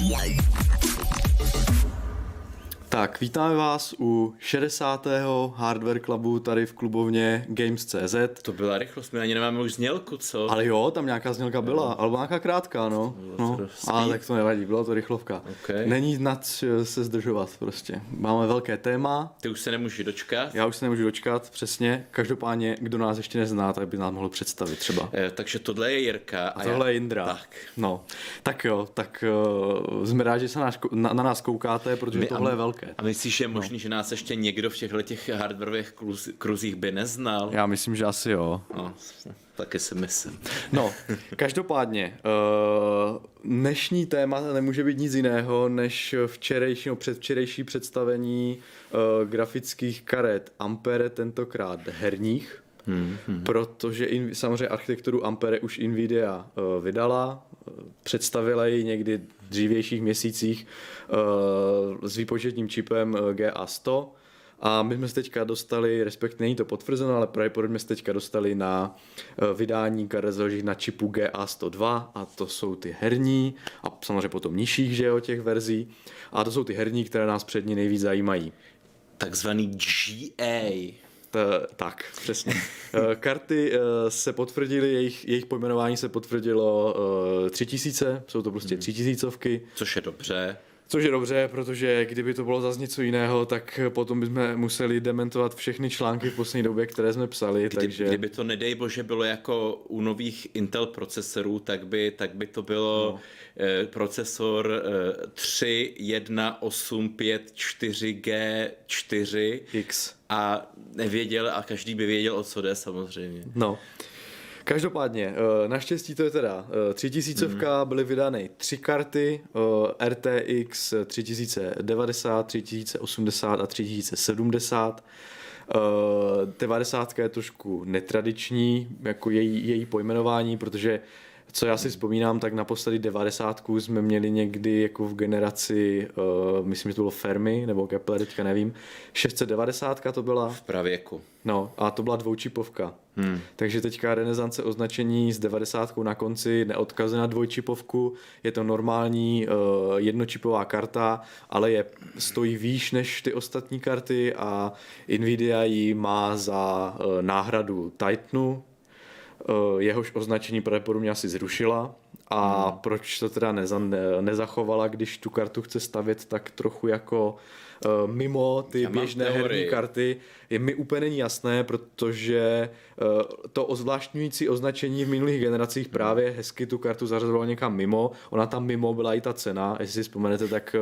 Tak, vítáme vás u 60. Hardware Clubu tady v klubovně Games.cz. To byla rychlost, my ani nemáme už znělku, co? Ale jo, tam nějaká znělka byla, alebo nějaká krátká, no. Ale tak to nevadí, byla to rychlovka. Okay. Není nad se zdržovat prostě. Máme velké téma. Ty už se nemůžeš dočkat? Já už se nemůžu dočkat, přesně. Každopádně, kdo nás ještě nezná, tak by nás mohl představit třeba. Takže tohle je Jirka. A tohle je Jindra. Tak. No, tak jo, tak jsme rádi, že se na nás koukáte, protože tohle je velké. A myslíš, že je možný, že nás ještě někdo v těchto hardwareových kruzích by neznal? Já myslím, že asi jo. No, taky si myslím. No, každopádně, dnešní téma nemůže být nic jiného než předvčerejší představení grafických karet Ampere, tentokrát herních. Protože samozřejmě architekturu Ampere už Nvidia vydala, představila ji někdy v dřívějších měsících s výpočetním čipem GA100 a my jsme se teďka dostali, respektive není to potvrzeno, ale pravděpodobně jsme se teďka dostali na vydání karet založených na čipu GA102 a to jsou ty herní a samozřejmě potom nižších, že jo, těch verzí a to jsou ty herní, které nás předně nejvíc zajímají. Takzvaný GA. Tak, přesně. Karty se potvrdily, jejich pojmenování se potvrdilo 3000, jsou to prostě 3000. Což je dobře. Což je dobře, protože kdyby to bylo zase něco jiného, tak potom bychom museli dementovat všechny články v poslední době, které jsme psali. Kdyby to, nedej bože, bylo jako u nových Intel procesorů, tak by to bylo procesor 3.1.8.5.4G4 X. A každý by věděl, o co jde samozřejmě. No. Každopádně, naštěstí to je teda 3000, byly vydány 3 karty, RTX 3090, 3080 a 3070. 90 je trošku netradiční, jako její pojmenování, protože co já si vzpomínám, tak naposledy 90 jsme měli někdy jako v generaci, myslím, že to bylo Fermi, nebo Kepler, teďka nevím, 690 to byla. V pravěku. No a to byla dvoučipovka. Takže teďka renesance označení s 90 na konci neodkazuje na dvojčipovku, je to normální jednočipová karta, ale stojí výš než ty ostatní karty a Nvidia ji má za náhradu Titanu, jehož označení pravděpodobně asi zrušila a proč to teda nezachovala, když tu kartu chce stavět tak trochu jako mimo ty běžné herní karty, je mi úplně není jasné, protože to ozvláštňující označení v minulých generacích právě hezky tu kartu zařazovalo někam mimo. Ona tam mimo byla i ta cena, jestli si vzpomenete, tak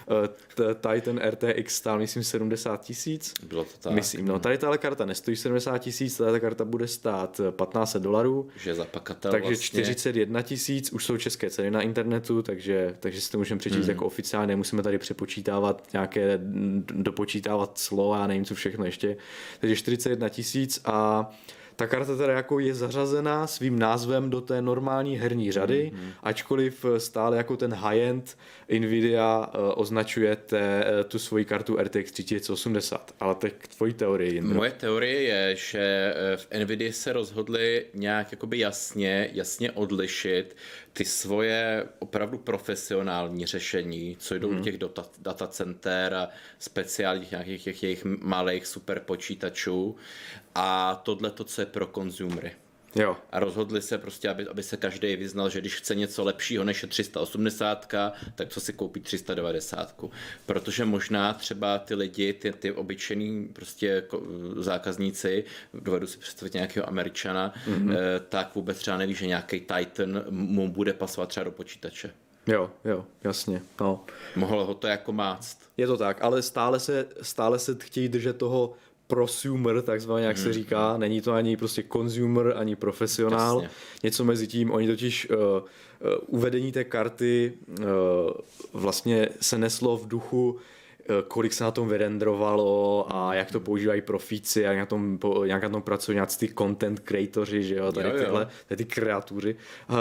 Titan RTX stál myslím 70 000. Bylo to tak. Myslím, no tady tahle karta nestojí 70 000, tahle karta bude stát $1500. Že zapakatel takže vlastně. 41 000, už jsou české ceny na internetu, takže si to můžeme přečíst jako oficiálně, nemusíme tady přepočítávat nějaké, dopočítávat slova, já nevím co všechno ještě. Takže 41 000 a ta karta teda jako je zařazená svým názvem do té normální herní řady, ačkoliv stále jako ten high-end Nvidia označuje tu svoji kartu RTX 3080. Ale tak tvojí teorie, Jindro. Moje teorie je, že v Nvidia se rozhodli nějak jakoby jasně odlišit ty svoje opravdu profesionální řešení, co jdou do těch datacenter a speciálních nějakých těch jejich malých superpočítačů a tohle to, co je pro konzumery. Jo. A rozhodli se prostě, aby se každý vyznal, že když chce něco lepšího než je 380, tak co si koupí 390. Protože možná třeba ty lidi, ty obyčejní prostě zákazníci, dovedu si představit nějakého Američana, tak vůbec třeba neví, že nějaký Titan mu bude pasovat třeba do počítače. Jo, jasně. No. Mohlo ho to jako máct. Je to tak, ale stále se chtějí držet toho prosumer, takzvaně, jak se říká. Není to ani prostě consumer, ani profesionál. Jasně. Něco mezi tím. Oni totiž uvedení té karty vlastně se neslo v duchu kolik se na tom vyrendrovalo a jak to používají profíci a jak na tom pracují nějací ty content creatoři, že jo, tady tyhle ty kreatuři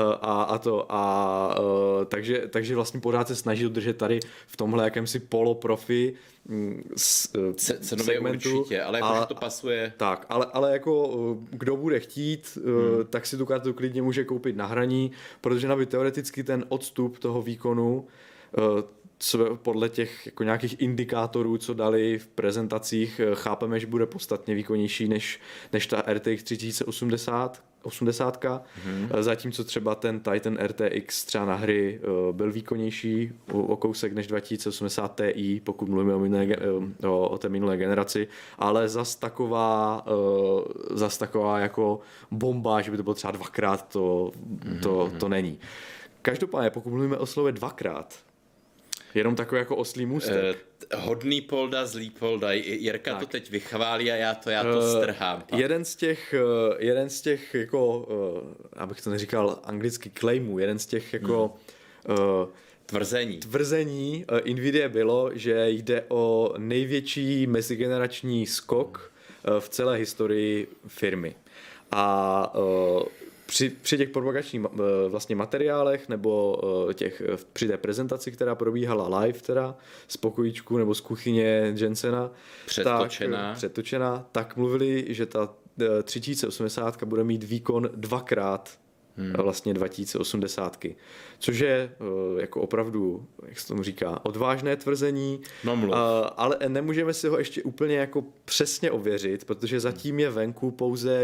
takže vlastně pořád se snaží udržet tady v tomhle jakémsi poloprofi cenově určitě, ale jakože to pasuje. Tak, ale jako kdo bude chtít, tak si tu kartu klidně může koupit na hraní, protože by teoreticky ten odstup toho výkonu co podle těch jako nějakých indikátorů, co dali v prezentacích, chápeme, že bude podstatně výkonnější než ta RTX 3080. Zatímco třeba ten Titan RTX třeba na hry byl výkonnější o kousek než 2080 Ti, pokud mluvíme o té minulé generaci, ale zas taková jako bomba, že by to bylo třeba dvakrát, to není. Každopádně, pokud mluvíme o slově dvakrát, jenom takový jako oslý můstek. Hodný polda, zlý polda. Jirka tak. To teď vychválí a já to strhám. Jeden z těch jako, abych to neříkal anglicky claimů, jeden z těch jako tvrzení Nvidia bylo, že jde o největší mezigenerační skok v celé historii firmy. A při těch propagačních vlastně materiálech nebo při té prezentaci, která probíhala live teda z pokojíčku nebo z kuchyně Jensena předtočená, tak mluvili, že ta 3080 bude mít výkon dvakrát vlastně 2080. Což je jako opravdu, jak se tomu říká, odvážné tvrzení, ale nemůžeme si ho ještě úplně jako přesně ověřit, protože zatím je venku pouze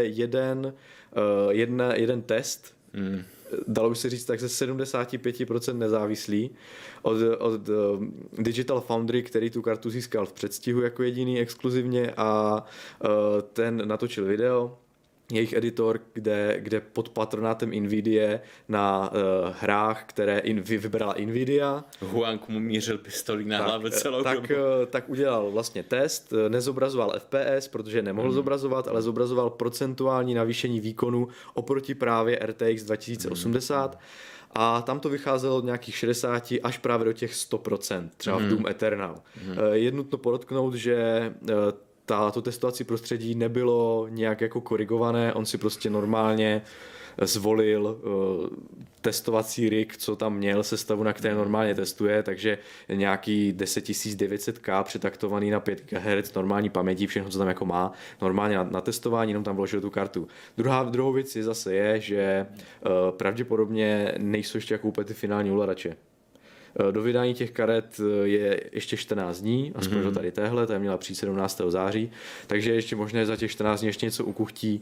jeden test, dalo by se říct tak ze 75% nezávislý od Digital Foundry, který tu kartu získal v předstihu jako jediný exkluzivně a ten natočil video, jejich editor, kde pod patronátem Nvidia na hrách, které vybrala Nvidia. Huang mu mířil pistolí na hlavu celou dobu. Tak udělal vlastně test, nezobrazoval FPS, protože nemohl zobrazovat, ale zobrazoval procentuální navýšení výkonu oproti právě RTX 2080. A tam to vycházelo od nějakých 60 až právě do těch 100%, třeba v Doom Eternal. Je nutno podotknout, že to testovací prostředí nebylo nějak jako korigované, on si prostě normálně zvolil testovací rig, co tam měl, sestavu, na které normálně testuje, takže nějaký 10900K přetaktovaný na 5 GHz normální paměti, všechno, co tam jako má, normálně na testování, jenom tam vložil tu kartu. Druhou věc je, že pravděpodobně nejsou ještě jako úplně ty finální ovladače. Do vydání těch karet je ještě 14 dní, aspoň do tady téhle, ta měla přijít 17. září, takže ještě možné za těch 14 dní ještě něco ukuchtí.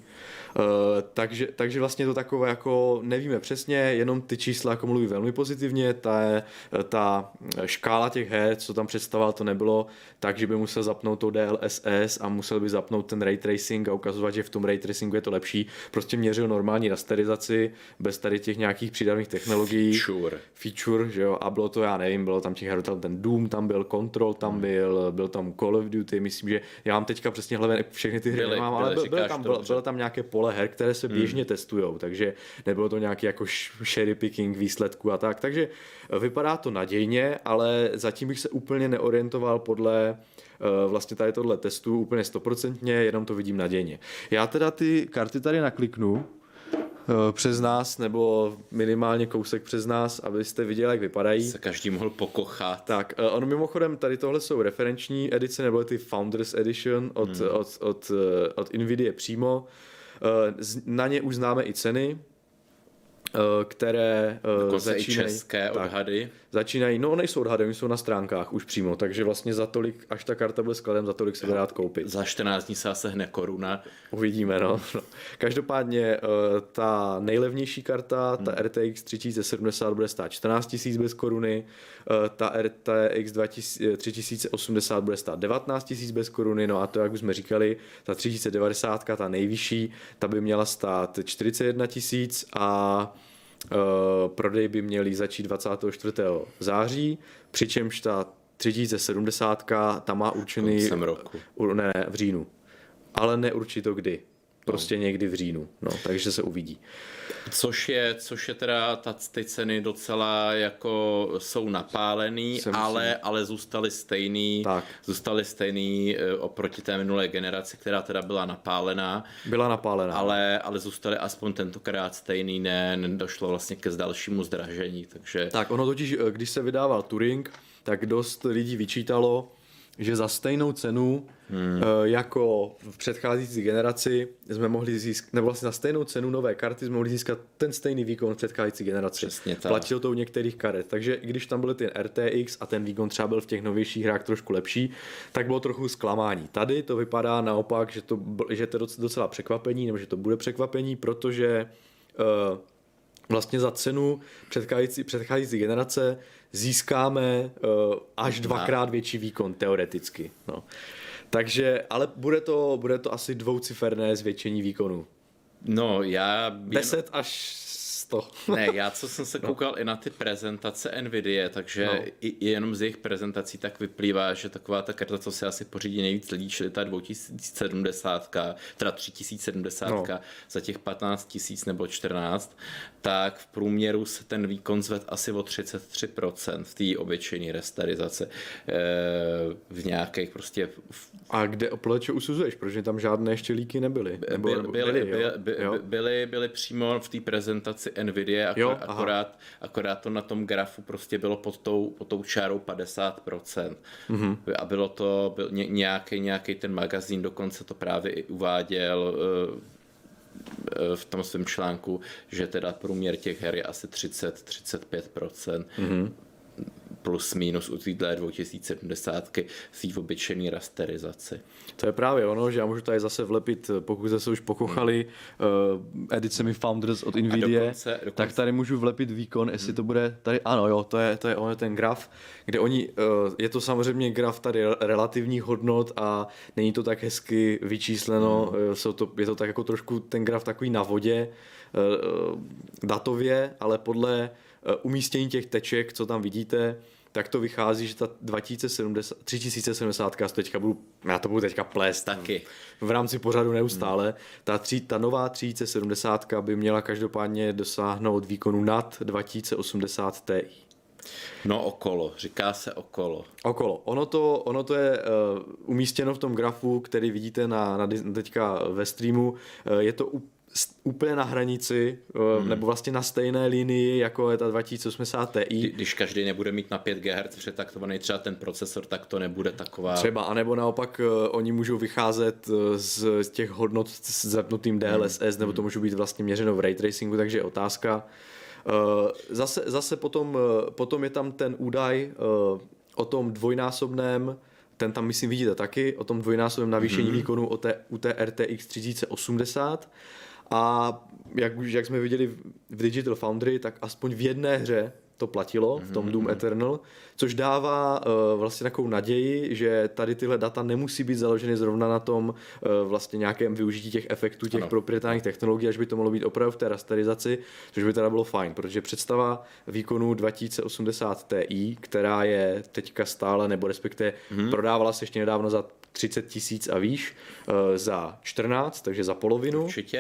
Takže vlastně to takové jako nevíme přesně, jenom ty čísla jako mluví velmi pozitivně, ta škála těch her, co tam představoval, to nebylo tak, že by musel zapnout to DLSS a musel by zapnout ten ray tracing a ukazovat, že v tom ray tracingu je to lepší. Prostě měřil normální rasterizaci bez tady těch nějakých přidaných technologií. Feature, že jo, a bylo to, já nevím, bylo tam těch her, ten Doom tam byl, Control tam byl tam Call of Duty, myslím, že já mám teďka přesně hlavně všechny ty hry nemám, ale bylo tam nějaké pole her, které se běžně testujou, takže nebylo to nějaký jako cherry picking výsledků a tak, takže vypadá to nadějně, ale zatím bych se úplně neorientoval podle vlastně tady tohle testu úplně 100%, jenom to vidím nadějně. Já teda ty karty tady nakliknu přes nás, nebo minimálně kousek přes nás, abyste viděli, jak vypadají. Se každý mohl pokochat. Tak, ono mimochodem, tady tohle jsou referenční edice, nebo ty Founders Edition od Nvidia přímo. Na ně už známe i ceny, které začínají. České odhady. Začínají, no nejsou odhady, oni jsou na stránkách už přímo, takže vlastně za tolik, až ta karta bude skladem, za tolik se dá dát koupit. Za 14 dní se sehne koruna. Uvidíme, no. Každopádně ta nejlevnější karta, ta RTX 3070 bude stát 14 000 bez koruny, ta RTX 3080 bude stát 19 000 bez koruny, no a to, jak už jsme říkali, ta 3090, ta nejvyšší, ta by měla stát 41 000 a prodej by měly začít 24. září, přičemž ta 3070 ta má určený v říjnu, ale neurčí to kdy. Prostě někdy v říjnu, no, takže se uvidí. Což je teda ty ceny docela jako jsou napálený, ale zůstaly stejný oproti té minulé generaci, která teda byla napálená. Ale zůstaly aspoň tentokrát stejný, nedošlo vlastně ke dalšímu zdražení, takže... Tak ono totiž, když se vydával Turing, tak dost lidí vyčítalo, že za stejnou cenu jako v předcházející generaci jsme mohli získat, nebo vlastně za stejnou cenu nové karty jsme mohli získat ten stejný výkon v předcházející generaci. Přesně tak. Platilo to u některých karet, takže i když tam byly ten RTX a ten výkon třeba byl v těch novějších hrách trošku lepší, tak bylo trochu zklamání. Tady to vypadá naopak, že to je docela překvapení, nebo že to bude překvapení, protože vlastně za cenu předcházející generace získáme až dvakrát větší výkon teoreticky. No. Takže, ale bude to asi dvouciferné zvětšení výkonu. No, 10 až 100. Ne, já co jsem se koukal i na ty prezentace Nvidia, takže i jenom z jejich prezentací tak vyplývá, že taková ta karta, co se asi pořídí nejvíc lidí, čili ta 2070, teda 3070 za těch 15 000 nebo 14, tak v průměru se ten výkon zved asi o 33% v té obyčejné restarizace v nějakých prostě... A kde podle čeho usuzuješ? Protože tam žádné ještě líky nebyly? Byly přímo v té prezentaci Nvidia, akorát to na tom grafu prostě bylo pod tou čárou 50%. Mm-hmm. A bylo to nějaký ten magazín dokonce to právě i uváděl v tom svém článku, že teda průměr těch her je asi 30-35%. Mm-hmm. Plus minus u téhle 2070 v obyčejné rasterizaci. To je právě ono, že já můžu tady zase vlepit, pokud jste se už pokochali edicemi Founders od Nvidia, dokonce. Tak tady můžu vlepit výkon, jestli to bude tady, ano jo, to je ten graf, kde oni, je to samozřejmě graf tady relativních hodnot a není to tak hezky vyčísleno, je to tak jako trošku ten graf takový na vodě, datově, ale podle umístění těch teček, co tam vidíte, tak to vychází, že ta 3070 já to budu teďka plést taky v rámci pořadu neustále, ta nová 3070 by měla každopádně dosáhnout výkonu nad 2080 Ti. No okolo, říká se okolo. Ono to je umístěno v tom grafu, který vidíte teďka ve streamu, je to úplně na hranici, nebo vlastně na stejné linii, jako je ta 2080 Ti. Když každý nebude mít na 5 GHz přetaktovaný třeba ten procesor, tak to nebude taková... Třeba, anebo naopak oni můžou vycházet z těch hodnot s zapnutým DLSS, nebo to můžou být vlastně měřeno v ray tracingu, takže je otázka. Zase potom je tam ten údaj o tom dvojnásobném, ten tam myslím vidíte taky, o tom dvojnásobném navýšení výkonu u té RTX 3080. A jak jsme viděli v Digital Foundry, tak aspoň v jedné hře to platilo, v tom Doom Eternal, což dává vlastně takovou naději, že tady tyhle data nemusí být založeny zrovna na tom vlastně nějakém využití těch efektů, těch proprietárních technologií, až by to mohlo být opravdu v té rasterizaci, což by teda bylo fajn, protože představa výkonu 2080 Ti, která je teďka stále, nebo respektive prodávala se ještě nedávno za 30 000 a výš za 14, takže za polovinu. Určitě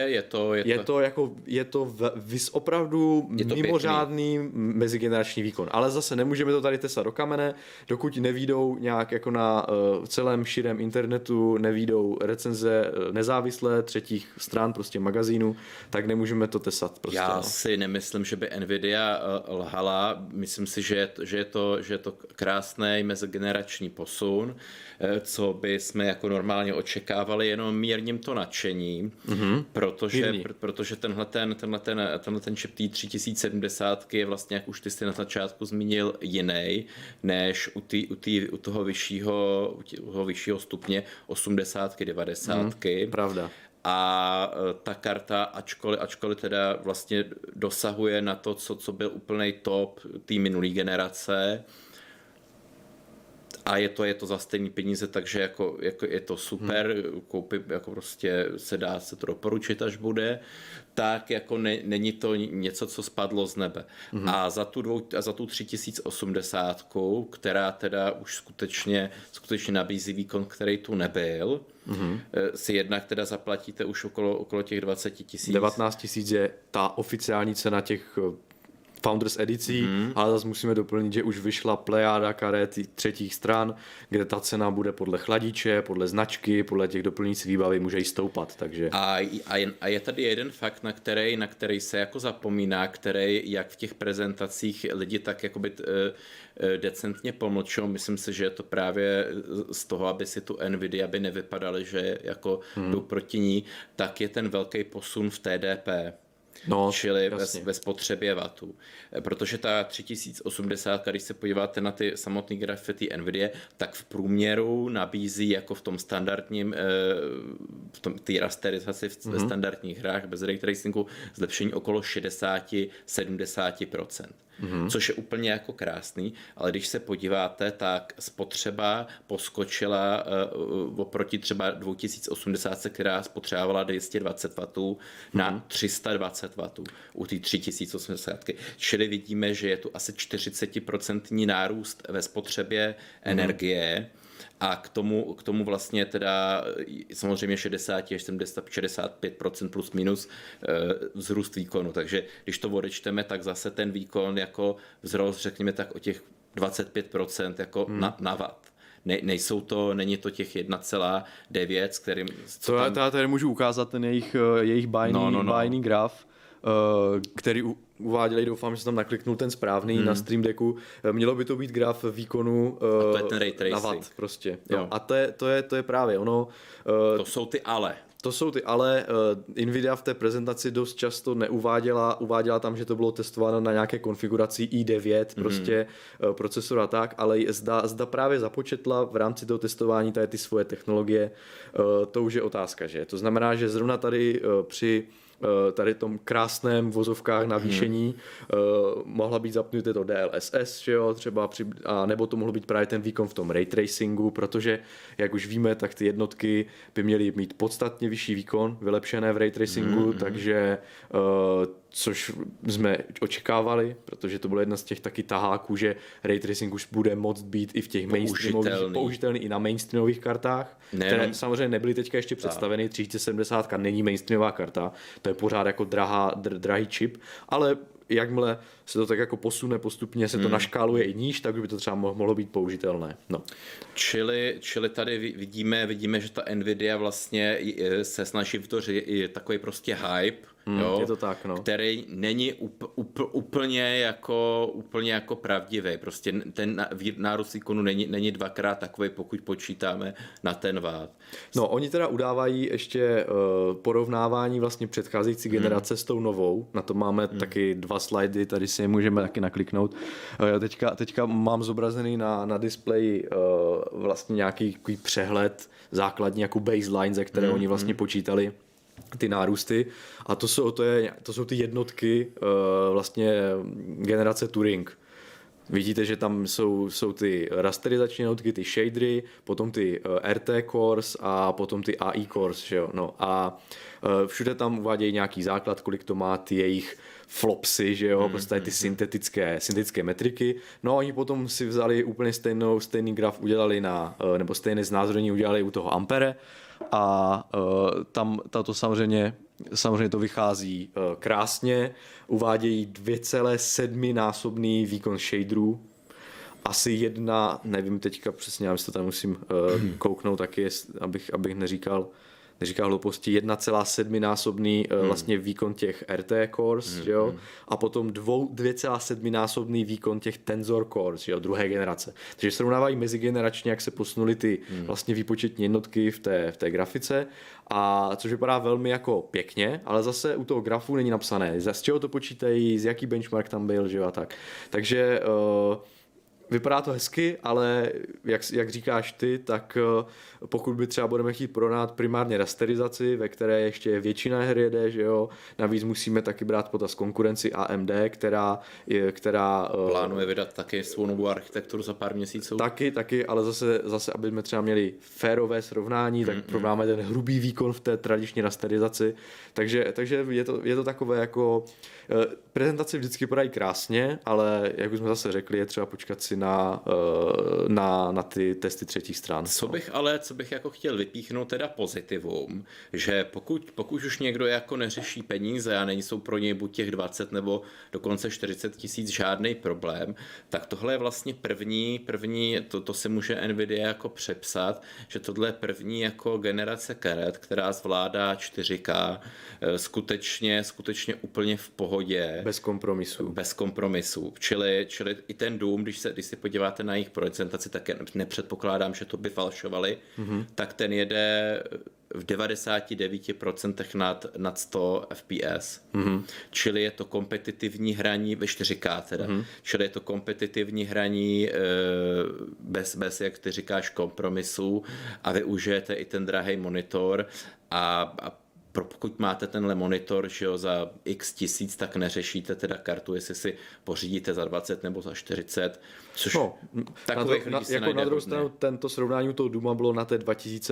je to opravdu mimořádný mezigenerační výkon. Ale zase nemůžeme to tady tesat do kamene, dokud nevídou nějak jako na celém širém internetu, nevídou recenze nezávislé třetích stran, prostě magazínu, tak nemůžeme to tesat. Prostě, Já si nemyslím, že by Nvidia lhala. Myslím si, že je to krásný mezigenerační posun, co by jsme jako normálně očekávali, jenom mírním to nadšení, protože tenhle ten čip té 3070 je vlastně, jak už ty jsi na začátku zmínil, jiný, než u toho vyššího stupně 80, 90. Pravda. A ta karta, ačkoliv teda vlastně dosahuje na to, co byl úplnej top té minulé generace, a je to za stejný peníze, takže jako je to super, koupit, jako prostě se to doporučit, až bude, tak jako není to něco, co spadlo z nebe. A za tu 3080, která teda už skutečně nabízí výkon, který tu nebyl, si jednak teda zaplatíte už okolo těch 20 000. 19 000 je ta oficiální cena těch Founders edicí, ale zase musíme doplnit, že už vyšla plejáda karet třetích stran, kde ta cena bude podle chladiče, podle značky, podle těch doplňujících výbavy může i stoupat, takže... A je tady jeden fakt, na který se jako zapomíná, který jak v těch prezentacích lidi tak jakoby decentně pomlčou. Myslím si, že je to právě z toho, aby si tu Nvidia, aby nevypadaly, že jako jdou proti ní, tak je ten velký posun v TDP. No, čili ve spotřebě wattů. Protože ta 3080, když se podíváte na ty samotné grafy té Nvidia, tak v průměru nabízí jako v tom standardním, v tom té rasterizaci ve standardních hrách bez ray tracingu zlepšení okolo 60-70%. Což je úplně jako krásný, ale když se podíváte, tak spotřeba poskočila oproti třeba 2080, která spotřebovala 220 W na 320 W u té 3080. Čili vidíme, že je tu asi 40% nárůst ve spotřebě energie. A k tomu vlastně teda samozřejmě 60 až 65% plus minus vzrůst výkonu. Takže když to odečteme, tak zase ten výkon jako vzrost, řekněme tak o těch 25% jako na watt. Není to těch 1,9, s kterým... Já tady můžu ukázat ten jejich bájný graf, který uváděli, doufám, že jsem tam nakliknul ten správný na Stream Decku. Mělo by to být graf výkonu to je ten ray tracing. na watt prostě. Jo. A to je právě ono. To jsou ty ale. To jsou ty ale. Nvidia v té prezentaci dost často uváděla tam, že to bylo testováno na nějaké konfiguraci i9 prostě procesor a tak, ale zda právě započetla v rámci toho testování tady ty svoje technologie, to už je otázka, že? To znamená, že zrovna tady při tady tom krásném vozovkách navýšení mohla být zapnuté to DLSS, že jo, třeba a nebo to mohlo být právě ten výkon v tom ray tracingu, protože jak už víme, tak ty jednotky by měly mít podstatně vyšší výkon, vylepšené v ray tracingu, takže což jsme očekávali, protože to bylo jedna z těch taky taháků, že ray tracing už bude moct být i v těch použitelný i na mainstreamových kartách, které samozřejmě nebyly teďka ještě představeny. 3070 není mainstreamová karta, to je pořád jako drahý čip, ale jakmile se to tak jako posune postupně, se to naškáluje i níž, tak by to třeba mohlo být použitelné. No. Čili tady vidíme, že ta Nvidia vlastně se snaží vytvořit takový prostě hype, jo, je to tak, no. který není úplně jako pravdivý. Prostě ten nárůst výkonu není dvakrát takový, pokud počítáme na ten watt. No, oni teda udávají ještě porovnávání vlastně předcházející generace s tou novou. Na to máme taky 2 slajdy, tady si je můžeme taky nakliknout. Teďka mám zobrazený na displeji vlastně nějaký přehled základní jako baseline, ze které oni vlastně počítali ty nárůsty a to jsou ty jednotky vlastně generace Turing. Vidíte, že tam jsou ty rasterizační jednotky, ty shadery, potom ty RT cores a potom ty AI cores, že jo? No a všude tam uvádějí nějaký základ, kolik to má ty jejich flopsy, že jo, prostě ty syntetické metriky. No a oni potom si vzali úplně stejný graf udělali nebo stejné znázornění udělali u toho Ampere a tam tato samozřejmě to vychází krásně, uvádějí 2,7 násobný výkon shaderů, asi jedna, nevím teďka přesně, já to tam musím kouknout taky, abych neříkal hlouposti, 1,7 násobný vlastně výkon těch RT cores, jo? A potom 2,7 násobný výkon těch Tensor cores, jo? Druhé generace. Takže srovnávají mezigeneračně, jak se posunuly ty vlastně výpočetní jednotky v té grafice, a což vypadá velmi jako pěkně, ale zase u toho grafu není napsané, z čeho to počítají, z jaký benchmark tam byl, že jo, a tak. Takže vypadá to hezky, ale jak říkáš ty, tak pokud by třeba budeme chtít porovnat primárně rasterizaci, ve které ještě většina her jede, že jo, navíc musíme taky brát potaz konkurenci AMD, která plánuje vydat taky svou novou architekturu za pár měsíců. Taky, ale zase aby jsme třeba měli férové srovnání, tak porovnáme ten hrubý výkon v té tradiční rasterizaci. Takže je to takové jako prezentace vždycky podají krásně, ale jak už jsme zase řekli, je třeba počkat si si na ty testy třetích stran. Co bych jako chtěl vypíchnout teda pozitivum, že pokud už někdo jako neřeší peníze a nejsou pro něj buď těch 20 nebo dokonce 40 000 žádný problém, tak tohle je vlastně první to si může Nvidia jako přepsat, že tohle je první jako generace karet, která zvládá 4K skutečně úplně v pohodě. Bez kompromisů. Čili i ten Doom, když si podíváte na jejich prezentaci, tak nepředpokládám, že to by falšovali, tak ten jede v 99% nad 100 FPS. Čili je to kompetitivní hraní ve 4K teda. Čili je to kompetitivní hraní bez jak ty říkáš, kompromisů a využijete i ten drahý monitor a pokud máte tenhle monitor, že jo, za x tisíc, tak neřešíte teda kartu, jestli si pořídíte za 20 nebo za 40, což takových lidí se najde na druhou hodně. stranu tento srovnání toho Duma bylo na té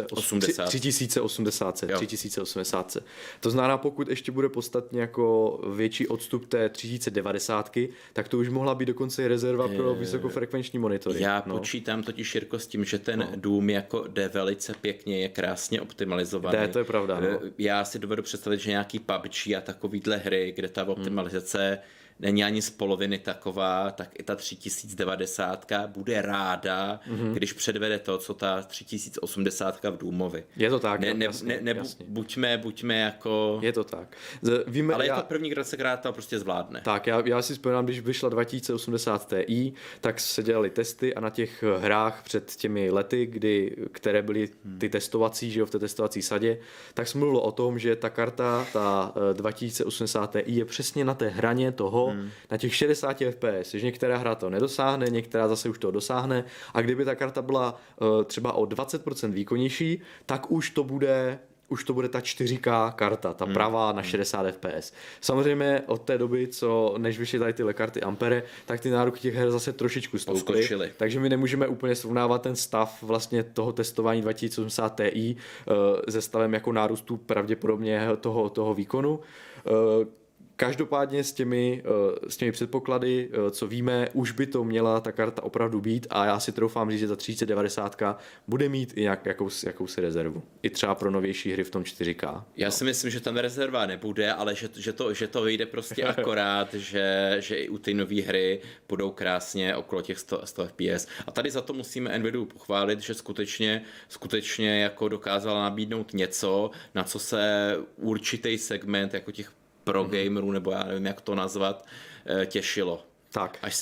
3080. To znamená, pokud ještě bude podstatně jako větší odstup té 3090, tak to už mohla být dokonce rezerva pro vysokofrekvenční monitory. Já počítám totiž, Jirko, s tím, že ten Doom jako jde velice pěkně, je krásně optimalizovaný. To je pravda. Já si dovedu představit, že nějaký PUBG a takovýhle hry, kde ta optimalizace není ani z poloviny taková, tak i ta 3090 bude ráda, když předvede to, co ta 3080 v Doomovi. Je to tak. Buďme jako... Je to tak. Ale je to první generace, která to prostě zvládne. Tak, já si vzpomínám, když vyšla 2080 Ti, tak se dělali testy a na těch hrách před těmi lety, které byly ty testovací, že jo, v té testovací sadě, tak se mluvilo o tom, že ta karta, ta 2080 Ti je přesně na té hraně toho, na těch 60 FPS, že některá hra to nedosáhne, některá zase už to dosáhne a kdyby ta karta byla třeba o 20% výkonnější, tak už to bude ta 4K karta, ta pravá na 60 FPS. Samozřejmě od té doby, než vyšly tady tyhle karty Ampere, tak ty nároky těch her zase trošičku stouply. Takže my nemůžeme úplně srovnávat ten stav vlastně toho testování 2080 Ti se stavem jako nárůstu pravděpodobně toho výkonu. Každopádně s těmi předpoklady, co víme, už by to měla ta karta opravdu být a já si troufám říct, že ta 3090 bude mít i jakousi rezervu. I třeba pro novější hry v tom 4K. Já si myslím, že tam rezerva nebude, ale že to vyjde prostě akorát, že i u ty nové hry budou krásně okolo těch 100 FPS. A tady za to musíme Nvidiu pochválit, že skutečně jako dokázala nabídnout něco, na co se určitý segment jako těch pro gamerů, nebo já nevím, jak to nazvat, těšilo. Tak. Až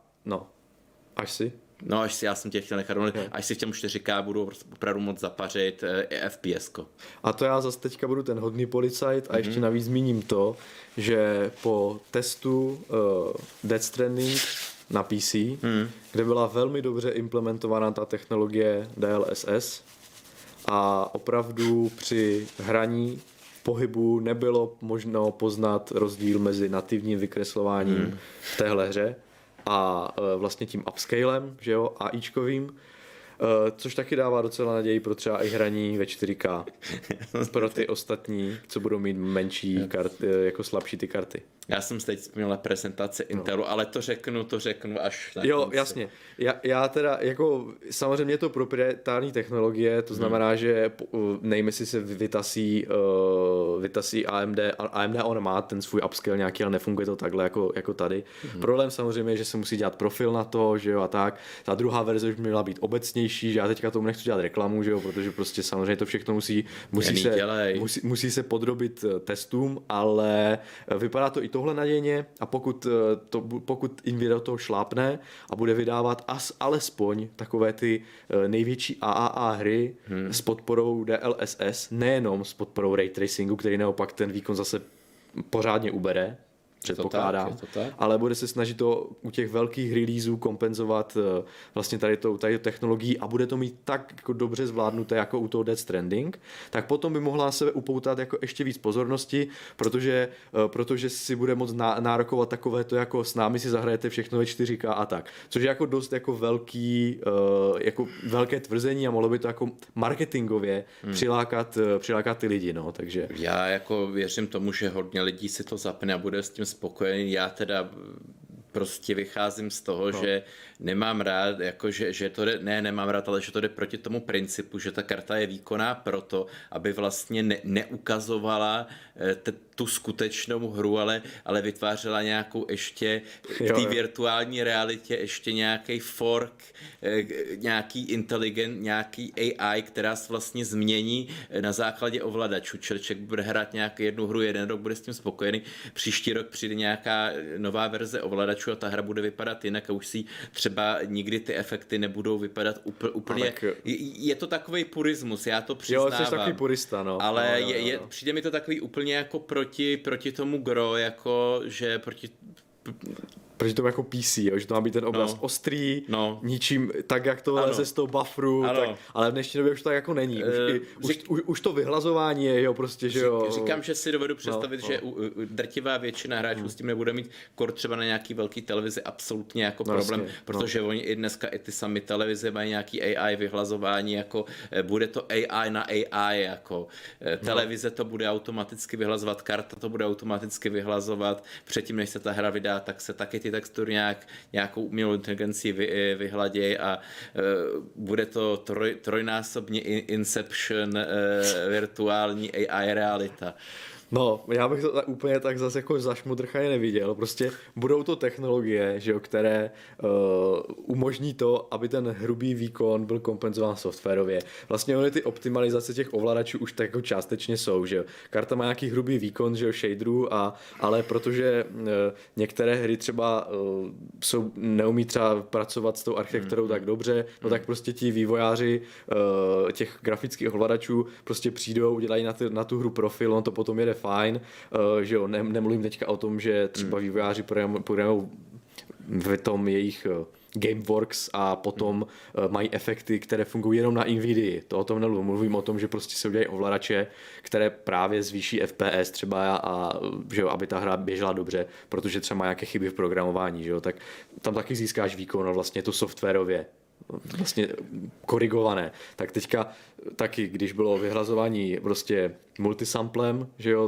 já jsem tě chtěl nechat, až si v těm 4K budu opravdu moc zapařit i FPS-ko. A to já zase teďka budu ten hodný policajt a ještě navíc zmíním to, že po testu Death Stranding na PC, kde byla velmi dobře implementovaná ta technologie DLSS a opravdu při hraní pohybu nebylo možno poznat rozdíl mezi nativním vykreslováním v téhle hře a vlastně tím upscalem, že jo, AIčkovým, což taky dává docela naději pro třeba i hraní ve 4K pro ty ostatní, co budou mít menší karty, jako slabší ty karty. Já jsem teď vzpomněla prezentaci Intelu, ale to řeknu až na konci. Jasně. Já teda, jako samozřejmě je to proprietární technologie, to znamená, že nevím, jestli se vytasí AMD on má ten svůj upscale nějaký, ale nefunguje to takhle jako tady. Problém samozřejmě je, že se musí dělat profil na to, že jo, a tak. Ta druhá verze už by měla být obecnější, že já teďka tomu nechci dělat reklamu, že jo, protože prostě samozřejmě to všechno musí se podrobit testům, ale vypadá to i tohle nadějně a pokud Nvidia toho šlápne a bude vydávat alespoň takové ty největší AAA hry s podporou DLSS, nejenom s podporou Ray Tracingu, který naopak ten výkon zase pořádně ubere, předpokládám, ale bude se snažit to u těch velkých releaseů kompenzovat vlastně tady technologií a bude to mít tak jako dobře zvládnuté jako u toho Death Stranding, tak potom by mohla sebe upoutat jako ještě víc pozornosti, protože si bude moct nárokovat takové to, jako s námi si zahrajete všechno ve 4K a tak. Což je jako dost jako velké tvrzení a mohlo by to jako marketingově přilákat ty lidi, no, takže. Já jako věřím tomu, že hodně lidí si to zapne a bude s tím spokojený. Já teda prostě vycházím z toho, že nemám rád, jako že to jde, nemám rád, ale že to jde proti tomu principu, že ta karta je výkonná proto, aby vlastně neukazovala tu skutečnou hru, ale vytvářela nějakou ještě v té virtuální realitě ještě nějaký fork, nějaký nějaký AI, která se vlastně změní na základě ovladačů. Člověk bude hrát nějakou jednu hru, jeden rok bude s tím spokojený, příští rok přijde nějaká nová verze ovladačů a ta hra bude vypadat jinak a už si třeba nikdy ty efekty nebudou vypadat úplně. Tak... Je to takový purismus, já to přiznávám. Jo, jsi takový purista, no. Ale přijde mi to takový úplně jako proti tomu gro, jako že proti tomu jako PC, jo? Že to má být ten obraz ostrý, ničím tak, jak to leze z toho bufferu, tak, ale v dnešní době už to tak jako není. Už to vyhlazování je, jo, prostě, že jo. Říkám, že si dovedu představit, že drtivá většina hráčů s tím nebude mít třeba na nějaký velký televizi absolutně jako problém, jasně, protože oni i dneska i ty sami televize mají nějaký AI vyhlazování, jako bude to AI na AI, jako televize to bude automaticky vyhlazovat, karta to bude automaticky vyhlazovat, předtím, než se ta hra vydá, tak se taky ty textury nějakou umělou inteligenci vyhladějí a bude to trojnásobně Inception virtuální AI realita. No, já bych to úplně tak zase jako zašmudrchaně neviděl. Prostě budou to technologie, že jo, které umožní to, aby ten hrubý výkon byl kompenzován softwarově. Vlastně ony ty optimalizace těch ovladačů už tak jako částečně jsou, že jo. Karta má nějaký hrubý výkon, že jo, shaderů, ale protože některé hry třeba neumí třeba pracovat s tou architekturou tak dobře, no tak prostě ti vývojáři těch grafických ovladačů prostě přijdou, udělají na tu hru profil, on to potom jede fajn, že jo, nemluvím teďka o tom, že třeba vývojáři programují v tom jejich Gameworks a potom mají efekty, které fungují jenom na Nvidia. To o tom mluvím o tom, že prostě se udělají ovladače, které právě zvýší FPS třeba a že jo, aby ta hra běžela dobře, protože třeba má nějaké chyby v programování, že jo, tak tam taky získáš výkon, vlastně to softwarově vlastně korigované. Tak teďka taky, když bylo vyhlazování prostě multisamplem, že jo,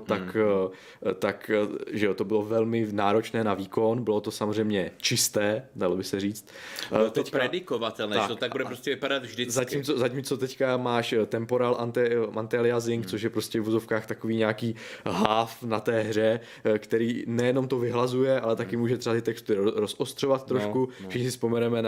tak že jo, to bylo velmi náročné na výkon, bylo to samozřejmě čisté, dalo by se říct. Bylo to predikovatelné, že to tak bude prostě vypadat vždycky. Zatímco teďka máš temporal anti-aliasing, což je prostě v vozovkách takový nějaký háv na té hře, který nejenom to vyhlazuje, ale taky může třeba ty textury rozostřovat trošku. Všichni si vzpomeneme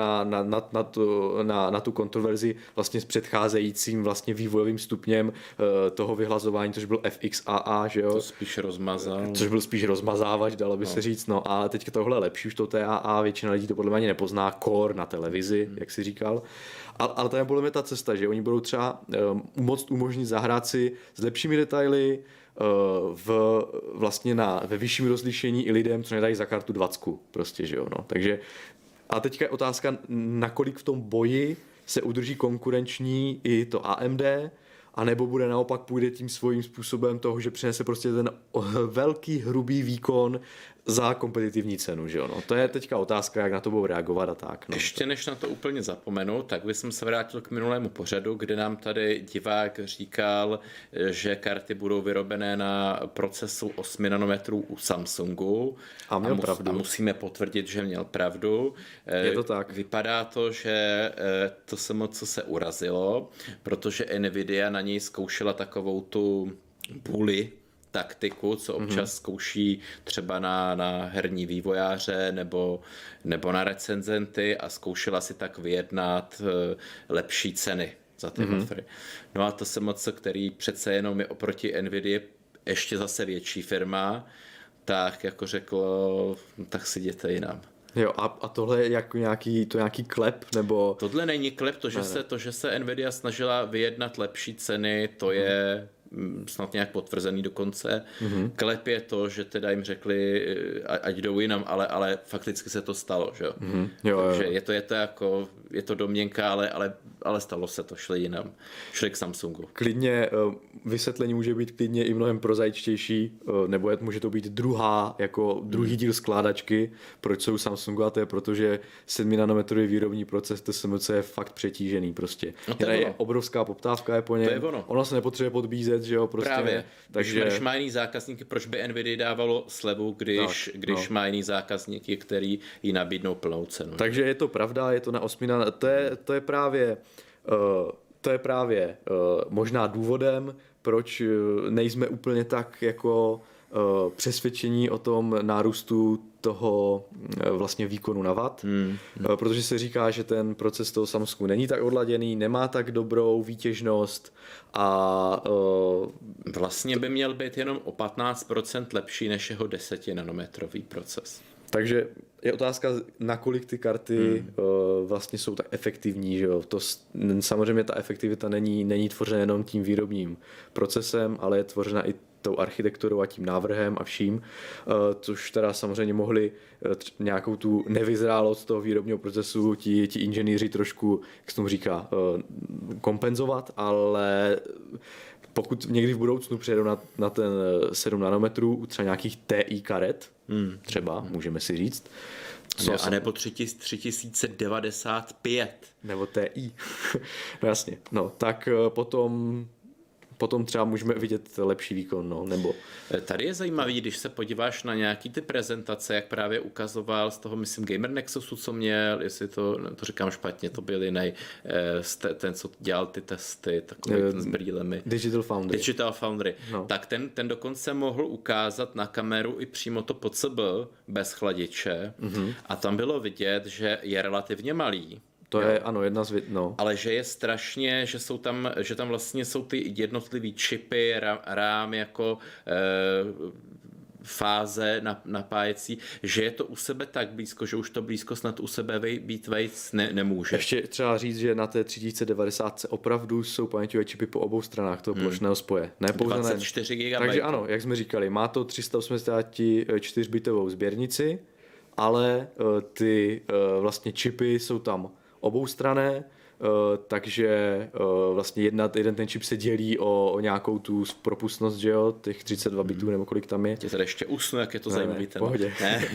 na tu kontroverzi vlastně s předcházejícím vlastně vývojovým stupněm toho vyhlazování, což byl FXAA, že jo? To spíš rozmazal. Což byl spíš rozmazávač, dalo by se říct, no a teďka tohle je lepší, už to TAA, většina lidí to podle mě ani nepozná, core na televizi, jak si říkal. Ale to je podle mě ta cesta, že oni budou třeba moct umožnit zahrát si s lepšími detaily, vlastně ve vyšším rozlišení i lidem, co nedají za kartu 20, prostě, že jo, no. Takže a teďka je otázka, nakolik v tom boji se udrží konkurenční i to AMD, anebo bude naopak půjde tím svým způsobem toho, že přinese prostě ten velký hrubý výkon za kompetitivní cenu, že jo? No, to je teďka otázka, jak na to budou reagovat a tak. No. Ještě než na to úplně zapomenu, tak bych se vrátil k minulému pořadu, kde nám tady divák říkal, že karty budou vyrobené na procesu 8 nanometrů u Samsungu. A měl pravdu. A musíme potvrdit, že měl pravdu. Je to tak. Vypadá to, že to se moc se urazilo, protože Nvidia na něj zkoušela takovou tu bully taktiku, co občas zkouší třeba na herní vývojáře nebo na recenzenty a zkoušela si tak vyjednat lepší ceny za ty buffery. No a to se moc, který přece jenom je oproti Nvidia ještě zase větší firma, tak jako řeklo, tak si jděte jinam. Jo, a tohle je jako nějaký klep, nebo... Tohle není klep, to, že se Nvidia snažila vyjednat lepší ceny, to je snad nějak potvrzený dokonce. Klep je to, že teda jim řekli, ať jdou jinam, ale fakticky se to stalo, že jo. Takže je to domněnka, ale ale stalo se to, šli k Samsungu. Klidně vysvětlení může být klidně i mnohem prozaičtější, nebo může to být druhý díl skládačky, proč jsou Samsungu, a to je proto, že 7 nanometrový výrobní proces TSMC je fakt přetížený prostě. No je obrovská poptávka je po něm, ono se nepotřebuje podbízet, že jo, prostě. Právě, takže... když má jiný zákazníky, proč by Nvidia dávalo slevu, když má jiný zákazníky, který jí nabídnou plnou cenu. Takže je to pravda, je to na 8 to je právě možná důvodem, proč nejsme úplně tak jako přesvědčení o tom nárůstu toho vlastně výkonu na watt, protože se říká, že ten proces toho Samsungu není tak odladěný, nemá tak dobrou výtěžnost a vlastně by měl být jenom o 15% lepší než jeho 10 nanometrový proces. Takže je otázka, nakolik ty karty vlastně jsou tak efektivní, že jo? Samozřejmě ta efektivita není tvořena jenom tím výrobním procesem, ale je tvořena i tou architekturou a tím návrhem a vším, což teda samozřejmě mohli nějakou tu nevyzrálost toho výrobního procesu ti inženýři trošku, jak se tomu říká, kompenzovat, ale pokud někdy v budoucnu přejdou na ten 7 nanometrů, třeba nějakých TI karet, třeba, můžeme si říct. A nebo 3095. Nebo TI. No jasně. No, tak potom třeba můžeme vidět lepší výkon, no, nebo... Tady je zajímavý, když se podíváš na nějaký ty prezentace, jak právě ukazoval z toho, myslím, Gamer Nexusu, co měl, jestli to říkám špatně, to byl jiný, ten, co dělal ty testy, takový ten s brýlemi. Digital Foundry. No. Tak ten dokonce mohl ukázat na kameru i přímo to PCB bez chladiče a tam bylo vidět, že je relativně malý. To je, ano, jedna z Ale že je strašně, že tam vlastně jsou ty jednotlivý čipy, RAM jako fáze napájecí, že je to u sebe tak blízko, že už to blízko snad u sebe být vejc nemůže. Ještě třeba říct, že na té 3090 opravdu jsou paměťové čipy po obou stranách toho plošného spoje. Ne pouze 24 GB. Takže ano, jak jsme říkali, má to 384-bitovou sběrnici, ale ty vlastně čipy jsou tam oboustranné, takže vlastně jeden ten čip se dělí o nějakou tu propustnost, že jo, těch 32 bitů nebo kolik tam je. Tě tady ještě usnu, jak je to zajímavý ten. Pohodě.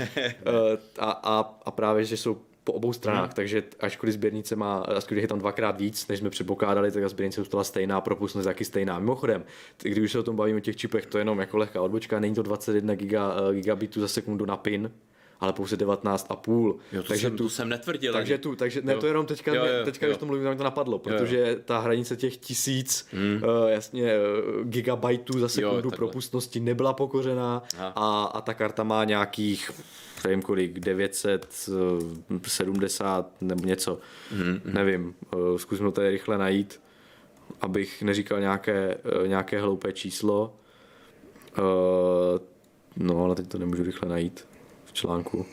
a právě, že jsou po obou stranách, takže ačkoliv sběrnice má, ačkoliv je tam dvakrát víc, než jsme předpokládali, tak sběrnice zůstala stejná, propustnost taky stejná. Mimochodem, když se o tom bavíme o těch čipech, to je jenom jako lehká odbočka, není to 21 gigabitů za sekundu na pin, ale pouze 19,5. Takže tu jsem netvrdil. Takže ne, to jenom teďka, když to mluvím, tak to napadlo, protože ta hranice těch 1000 gigabajtů za sekundu propustnosti nebyla pokořená a ta karta má nějakých, nevím kolik, 970 nebo něco. Nevím, zkusím to tady rychle najít, abych neříkal nějaké hloupé číslo. No, ale teď to nemůžu rychle najít v článku.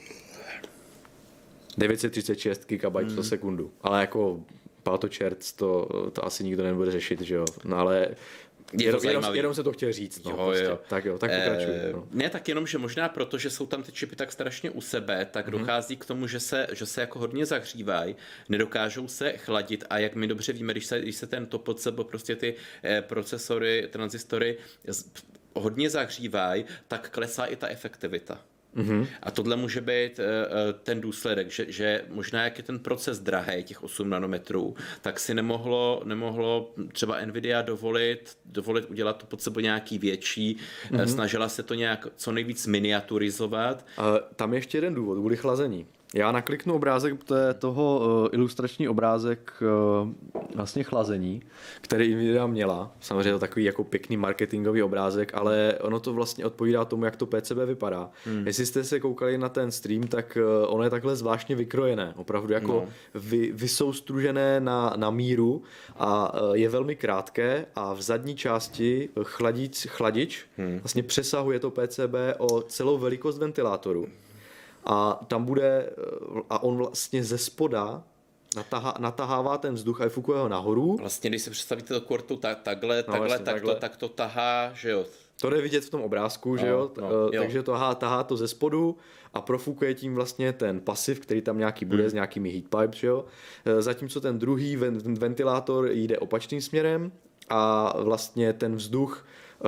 936 GB za sekundu. Ale jako pátočert, to asi nikdo nebude řešit, že jo. No ale jenom se to chtěl říct. No, prostě. Tak pokračuj. No. Ne, tak jenom, že možná proto, že jsou tam ty čipy tak strašně u sebe, tak dochází k tomu, že se jako hodně zahřívají, nedokážou se chladit a jak my dobře víme, když se ten topocebo, prostě ty procesory, transistory hodně zahřívají, tak klesá i ta efektivita. A tohle může být ten důsledek, že možná jak je ten proces drahý, těch 8 nanometrů, tak si nemohlo třeba Nvidia dovolit udělat to pod sebou nějaký větší, snažila se to nějak co nejvíc miniaturizovat. Tam je ještě jeden důvod, kvůli chlazení. Já nakliknu obrázek, to je toho ilustrační obrázek vlastně chlazení, který Nvidia měla. Samozřejmě je to takový jako pěkný marketingový obrázek, ale ono to vlastně odpovídá tomu, jak to PCB vypadá. Jestli jste se koukali na ten stream, tak ono je takhle zvláštně vykrojené. Opravdu jako vysoustružené na míru a je velmi krátké a v zadní části chladič vlastně přesahuje to PCB o celou velikost ventilátoru. A tam bude, a on vlastně ze spoda natahává ten vzduch a fukuje ho nahoru. Vlastně, když se představíte to kortu takhle, tak to tahá, že jo. To jde vidět v tom obrázku, že jo? Takže to tahá to ze spodu a profukuje tím vlastně ten pasiv, který tam nějaký bude s nějakými heat pipes, že jo? Zatímco ten druhý ventilátor jde opačným směrem a vlastně ten vzduch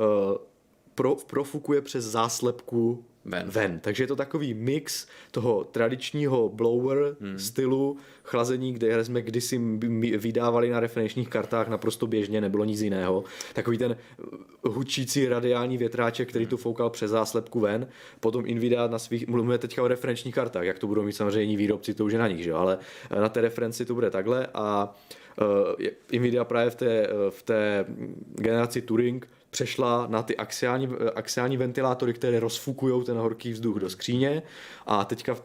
profukuje přes záslepku ven. Takže je to takový mix toho tradičního blower stylu chlazení, kde jsme kdysi vydávali na referenčních kartách naprosto běžně, nebylo nic jiného. Takový ten hučící radiální větráček, který tu foukal přes záslepku ven. Potom Nvidia na svých, mluvíme teďka o referenčních kartách, jak to budou mít samozřejmě jiní výrobci, to už je na nich, že? Ale na té referenci to bude takhle a Nvidia právě v té generaci Turing přešla na ty axiální ventilátory, které rozfukují ten horký vzduch do skříně a teďka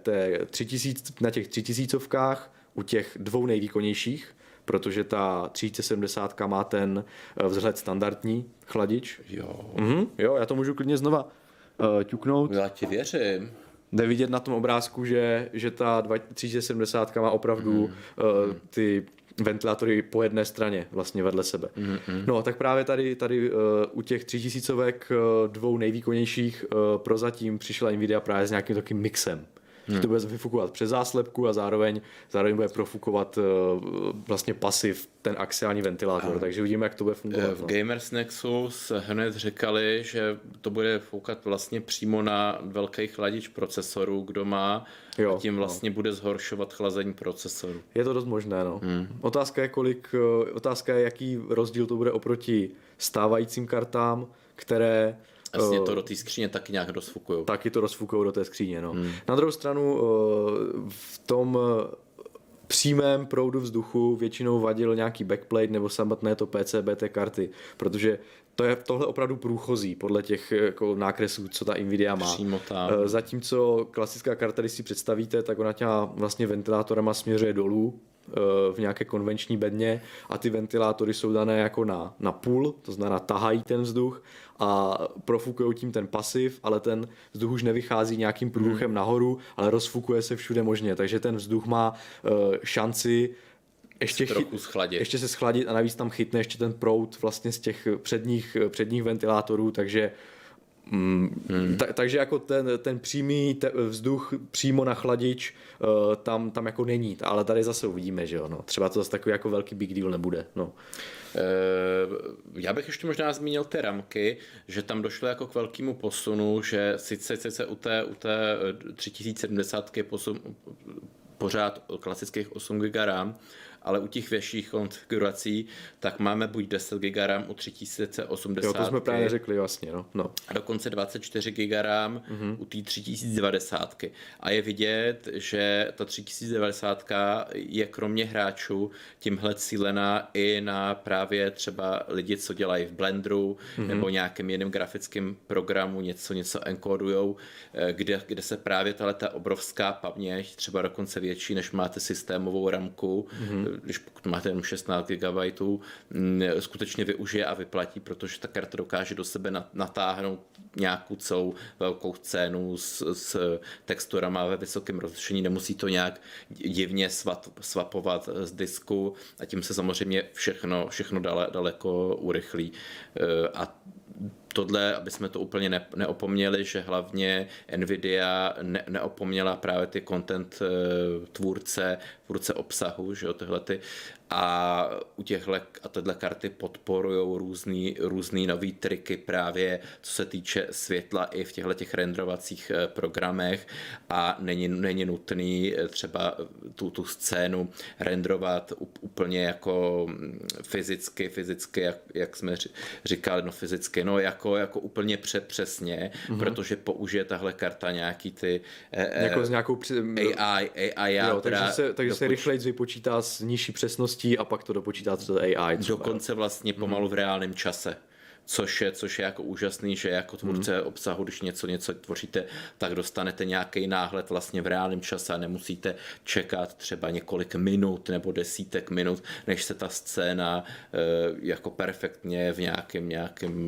na těch 3000 u těch dvou nejvýkonnějších, protože ta 3070 má ten vzhled standardní chladič. Jo. Jo, já to můžu klidně znova ťuknout. Já ti věřím. Jde vidět na tom obrázku, že ta 3070 má opravdu ty ventilátory po jedné straně vlastně vedle sebe. No, tak právě tady u těch 3000 dvou nejvýkonnějších prozatím přišla Nvidia právě s nějakým takým mixem. Že to bude vyfukovat přes záslepku a zároveň bude profukovat vlastně pasiv ten axiální ventilátor, takže uvidíme, jak to bude fungovat. V Gamers Nexus hned říkali, že to bude foukat vlastně přímo na velký chladič procesoru, kdo má, a tím vlastně bude zhoršovat chlazení procesoru. Je to dost možné, no. Otázka je, jaký rozdíl to bude oproti stávajícím kartám, které vlastně to do té skříně taky nějak rozfukujou. Taky to rozfukují do té skříně, no. Na druhou stranu v tom přímém proudu vzduchu většinou vadil nějaký backplate nebo samotné to PCBT karty, protože to je tohle opravdu průchozí podle těch jako nákresů, co ta Nvidia má. Přímo tam. Zatímco klasická karta, když si představíte, tak ona těma vlastně ventilátorama směřuje dolů v nějaké konvenční bedně a ty ventilátory jsou dané jako na půl, to znamená tahají ten vzduch a profukují tím ten pasiv, ale ten vzduch už nevychází nějakým průduchem nahoru, ale rozfukuje se všude možně, takže ten vzduch má šanci ještě se schladit a navíc tam chytne ještě ten proud vlastně z těch předních ventilátorů, takže takže jako ten přímý vzduch přímo na chladič tam jako není, ale tady zase uvidíme, že jo, no. Třeba to zase takový jako velký big deal nebude, no. Já bych ještě možná zmínil ty ramky, že tam došlo jako k velkému posunu, že sice u té 3070 je pořád klasických 8 GB RAM, ale u těch větších konfigurací tak máme buď 10 GB RAM u 3080. Jo, to jsme právě řekli vlastně, no. A dokonce 24 GB RAM u té 3090. A je vidět, že ta 3090 je kromě hráčů tímhle cílená i na právě třeba lidi, co dělají v Blenderu nebo nějakým jiným grafickým programu, něco enkodujou, kde se právě ta obrovská paměť, třeba dokonce větší, než máte systémovou ramku, když pokud máte jenom 16 GB, skutečně využije a vyplatí, protože ta karta dokáže do sebe natáhnout nějakou celou velkou scénu s texturama ve vysokém rozlišení, nemusí to nějak divně swapovat z disku a tím se samozřejmě všechno daleko urychlí. A tohle, aby jsme to úplně neopomněli, že hlavně Nvidia neopomněla právě ty content tvůrce obsahu, že jo, tyhlety, a u tyhle karty podporujou různý nový triky právě co se týče světla i v těchto renderovacích programech a není nutný třeba tu scénu renderovat úplně jako fyzicky, jak jsme říkali, fyzicky, jako úplně přesně, protože použije tahle karta nějaký ty jako s nějakou AI jo, takže se rychleji vypočítá s nižší přesností a pak to dopočítá to AI. Třeba. Dokonce vlastně pomalu v reálném čase. Což je jako úžasný, že jako tvůrce obsahu, když něco tvoříte, tak dostanete nějaký náhled vlastně v reálném čase a nemusíte čekat třeba několik minut nebo desítek minut, než se ta scéna jako perfektně v nějakým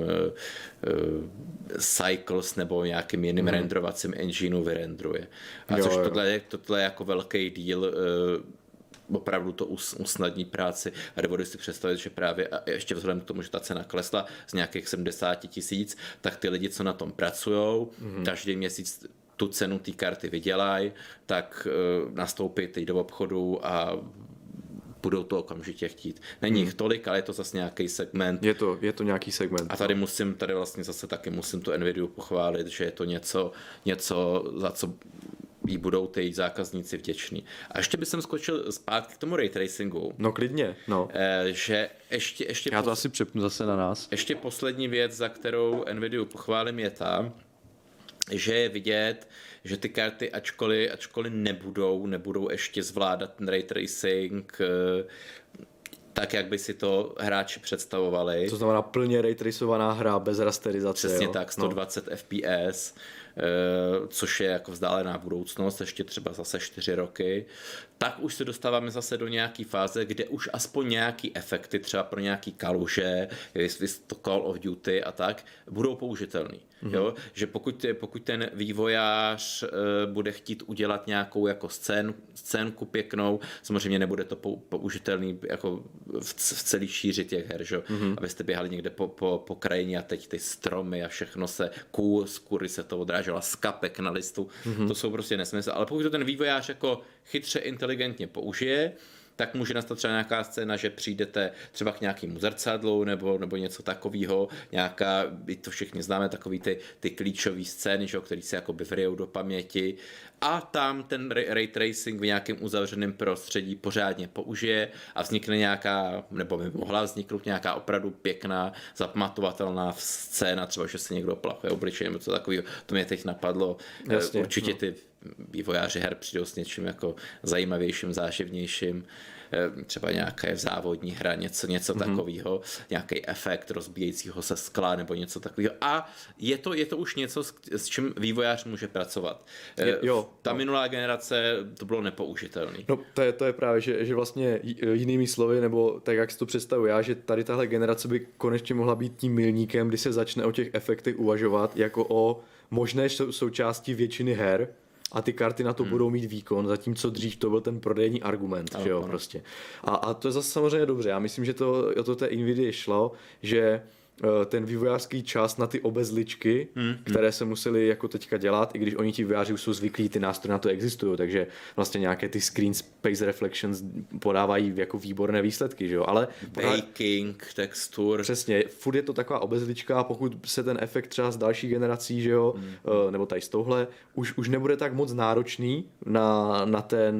Cycles nebo nějakým jiným renderovacím engineu vyrendruje. A což tohle je jako velký díl opravdu to usnadní práci a dovedu si představit, že právě a ještě vzhledem k tomu, že ta cena klesla z nějakých 70 000, tak ty lidi, co na tom pracujou, každý měsíc tu cenu té karty vydělají, tak nastoupí teď do obchodu a budou to okamžitě chtít. Není jich tolik, ale je to zase nějaký segment. Je to nějaký segment. A tady vlastně zase taky musím tu Nvidiu pochválit, že je to něco za co jí budou ty zákazníci vděční. A ještě bych skočil zpátky k tomu ray tracingu. No klidně, no. Že ještě já to asi přepnu zase na nás. Ještě poslední věc, za kterou Nvidiu pochválím, je ta, že je vidět, že ty karty, ačkoliv nebudou ještě zvládat ten ray tracing tak, jak by si to hráči představovali. To znamená plně ray tracovaná hra bez rasterizace. Přesně tak, 120 FPS, což je jako vzdálená budoucnost, ještě třeba zase 4 roky, tak už se dostáváme zase do nějaký fáze, kde už aspoň nějaký efekty, třeba pro nějaký kaluže, jestli to Call of Duty a tak, budou použitelný. Jo? Že pokud ten vývojář bude chtít udělat nějakou jako scénku pěknou, samozřejmě nebude to použitelný jako v celý šíři těch her, že? Abyste běhali někde po krajině a teď ty stromy a všechno se z kůry se to odrážela z kapek na listu, to jsou prostě nesmysl. Ale pokud to ten vývojář jako chytře inteligentně použije, tak může nastat třeba nějaká scéna, že přijdete třeba k nějakému zrcadlu nebo něco takového, nějaká, to všichni známe, takový ty klíčové scény, že, který se jakoby vryjou do paměti a tam ten ray tracing v nějakém uzavřeném prostředí pořádně použije a vznikne nějaká, nebo by mohla vzniknout nějaká opravdu pěkná, zapamatovatelná scéna, třeba, že se někdo plachuje obličej nebo co takového, to mě teď napadlo. Jasně, určitě ty vývojáři her přijdou s něčím jako zajímavějším, záživnějším, třeba nějaká závodní hra, něco takového, nějaký efekt rozbíjejícího se skla nebo něco takového. A je to už něco, s čím vývojář může pracovat. Minulá generace to bylo nepoužitelné. No to je právě, že vlastně jinými slovy, nebo tak, jak si to představuji já, že tady tahle generace by konečně mohla být tím milníkem, kdy se začne o těch efektech uvažovat jako o možné součásti většiny her, a ty karty na to budou mít výkon, zatímco dřív to byl ten prodejní argument, že jo, prostě. A to je zase samozřejmě dobře. Já myslím, že o to té Nvidia šlo, že ten vývojářský čas na ty obezličky, které se museli jako teďka dělat, i když oni ti vývojáři už jsou zvyklí, ty nástroje na to existují, takže vlastně nějaké ty screen space reflections podávají jako výborné výsledky, že jo, ale baking, textur. Přesně, furt je to taková obezlička a pokud se ten efekt třeba z další generací, že jo, nebo tady z touhle, už nebude tak moc náročný na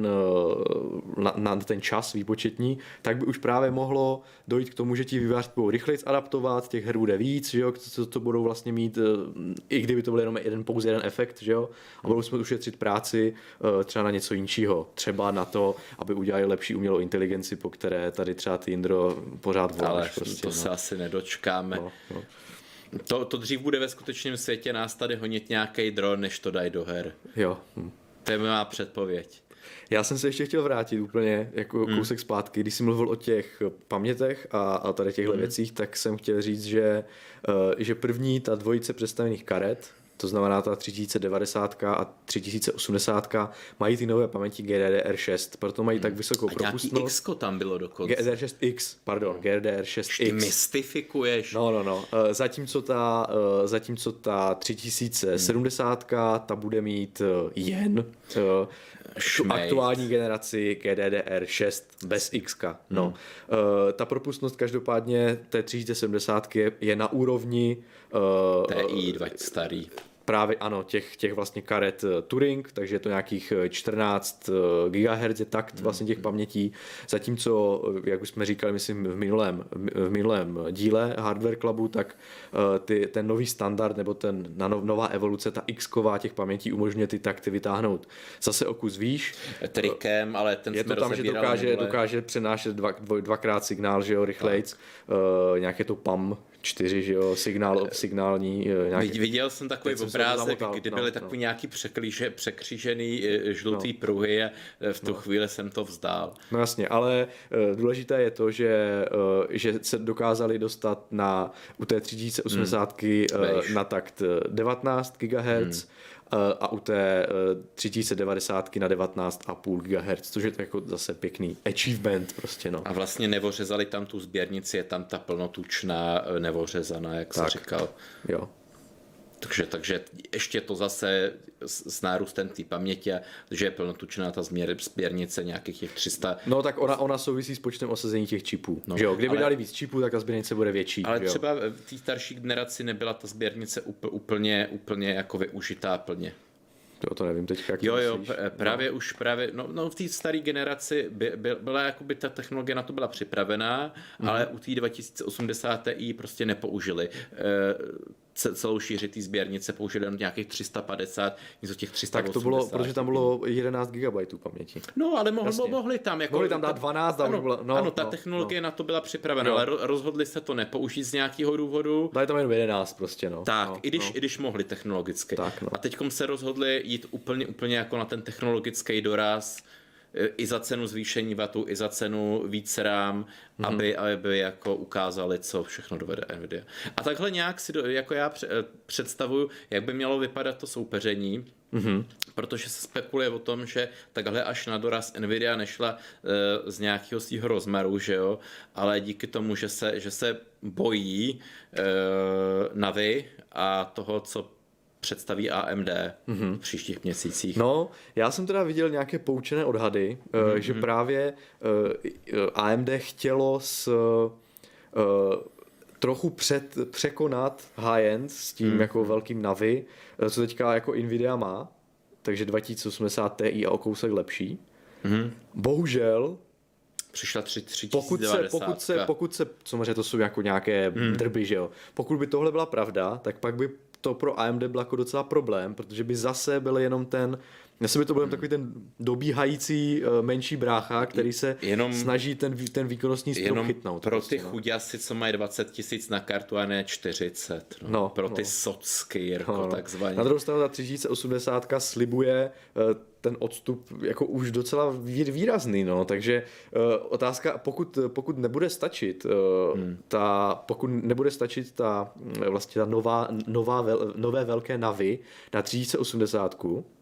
ten čas výpočetní, tak by už právě mohlo dojít k tomu, že ti vývojáři budou rychleji adaptovat, těch her bude víc, že jo, co to budou vlastně mít, i kdyby to byl jenom pouze jeden efekt, že jo, a budou jsme ušetřit práci třeba na něco jiného, třeba na to, aby udělali lepší umělou inteligenci, po které tady třeba ty Jindro pořád voláš. Ale prostě, to se asi nedočkáme. To dřív bude ve skutečném světě nás tady honit nějaký dron, než to dají do her. Jo. To je má předpověď. Já jsem se ještě chtěl vrátit úplně jako kousek zpátky, když jsi mluvil o těch pamětech a tady těchto věcích, tak jsem chtěl říct, že první ta dvojice představených karet, to znamená ta 3090 a 3080, mají ty nové paměti GDDR6, proto mají tak vysokou propustnost. A nějaký X tam bylo dokonce. GDDR6X, pardon, GDDR6X. Ty mystifikuješ. No. Zatímco ta 3070, ta bude mít jen tu aktuální generaci GDDR6 bez X. Ta propustnost každopádně té 3070 je na úrovni TI starý. Právě ano, těch vlastně karet Turing, takže je to nějakých 14 GHz je takt vlastně těch pamětí, zatímco, jak už jsme říkali, myslím v minulém díle Hardware Clubu, tak ten nový standard nebo nová evoluce, ta X-ková těch pamětí umožňuje ty takty vytáhnout zase o kus výš. Trikem, ale ten je to tam, že dokáže přenášet dvakrát signál, že jo, rychlejc, nějaké to PAM 4, že jo, signální. Viděl jsem takový obrázek, kdy byly takový nějaký překřížený žlutý pruhy a v tu chvíli jsem to vzdál. No jasně, ale důležité je to, že se dokázali dostat u té 3080 na takt 19 GHz a u té 3090 na 19,5 GHz, což je to jako zase pěkný achievement prostě, no. A vlastně nevořezali tam tu sběrnici, je tam ta plnotučná nevořezaná, jak jsi říkal. Jo. Takže ještě to zase s nárůstem té paměti, že je plnotučná ta sběrnice nějakých těch 300. No tak ona souvisí s počtem osazení těch čipů. No, že jo? Kdyby dali víc čipů, tak ta sběrnice bude větší. Ale že jo? třeba v té starší generaci nebyla ta sběrnice úplně jako využitá plně. To nevím teď, jak Jo, právě v té staré generaci byla jakoby ta technologie na to byla připravená, ale u té 2080 Ti prostě nepoužili. Celou šíři té sběrnice použili jen nějakých 350, něco těch 380. Tak to bylo, protože tam bylo 11 GB paměti. No, ale mohli tam. Mohli tam dát 12, tam ano, ta technologie na to byla připravena, ale rozhodli se to nepoužít z nějakého důvodu. Dali tam jen 11 prostě, no. Tak, i když mohli technologicky. Tak, no. A teďkom se rozhodli jít úplně jako na ten technologický doraz, i za cenu zvýšení vatu, i za cenu víc RAM, aby jako ukázali, co všechno dovede Nvidia. A takhle nějak si jako já představuju, jak by mělo vypadat to soupeření, protože se spekuluje o tom, že takhle až na doraz Nvidia nešla z nějakého svého rozmaru, že jo, ale díky tomu, že se bojí Navy a toho, co představí AMD v příštích měsících. No, já jsem teda viděl nějaké poučené odhady, že právě AMD chtělo trochu překonat high-end s tím jako velkým Navi, co teďka jako Nvidia má, takže 2080 Ti a o kousek lepší. Bohužel přišla 3090. Pokud se, samozřejmě to jsou jako nějaké drby, že jo. Pokud by tohle byla pravda, tak pak by to pro AMD byl jako docela problém, protože by zase byl jenom zase by to byl takový ten dobíhající menší brácha, který se snaží ten výkonnostní strop chytnout. Pro ty chuďasy, co mají 20 000 na kartu a ne 40. Pro ty socky, Jirko, takzvaně. Na druhou stranu ta 3080 slibuje ten odstup jako už docela výrazný, no, takže otázka, pokud nebude stačit vlastně ta nové velké Navi na 3080,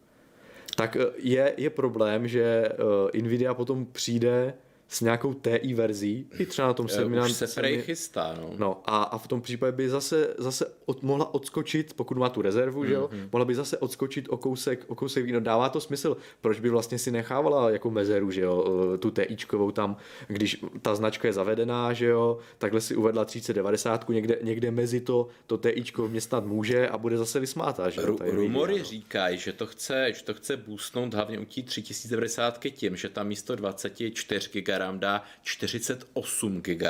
tak je problém, že Nvidia potom přijde s nějakou TI verzí, i třeba na tom už se prej chystá, no. No a v tom případě by zase mohla odskočit, pokud má tu rezervu, že jo, mohla by zase odskočit o kousek víno. Dává to smysl, proč by vlastně si nechávala jako mezeru, že jo, tu TIčkovou tam, když ta značka je zavedená, že jo, takhle si uvedla 3090, někde mezi to TIčko mě snad může a bude zase vysmátá, že jo. Rumory říkají, že to chce boostnout hlavně u tí 3090 tím, že tam místo 24 GB dá 48 GB.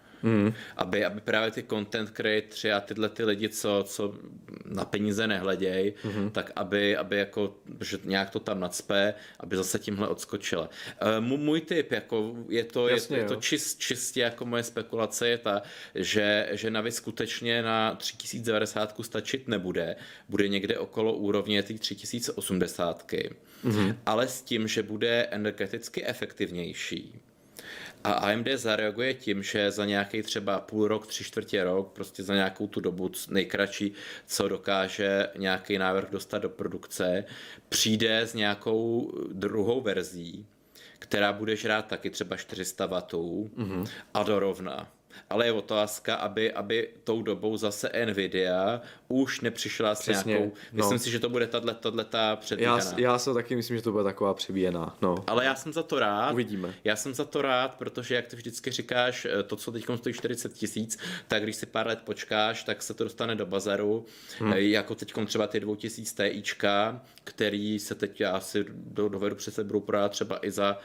Aby právě ty content creatoři a tyhle ty lidi, co na peníze nehleděj, tak aby jako, že nějak to tam nacpe, aby zase tímhle odskočila. Můj tip, jako je to čistě jako moje spekulace je ta, že Navi skutečně na 3090 stačit nebude. Bude někde okolo úrovně té 3080, ale s tím, že bude energeticky efektivnější. A AMD zareaguje tím, že za nějaký třeba půl rok, 3/4 rok, prostě za nějakou tu dobu nejkratší, co dokáže nějaký návrh dostat do produkce, přijde s nějakou druhou verzí, která bude žrát taky třeba 400 W a dorovna. Ale je otázka, aby tou dobou zase Nvidia už nepřišla s nějakou... Myslím si, že to bude tato předbíhaná. Já se taky myslím, že to bude taková přebíjená. No. Ale já jsem za to rád. Uvidíme. Já jsem za to rád, protože jak ty vždycky říkáš, to, co teď stojí 40 000, tak když si pár let počkáš, tak se to dostane do bazaru. Jako teď třeba ty 2000 Tička, který se teď já si dovedu přece budou prodat třeba i za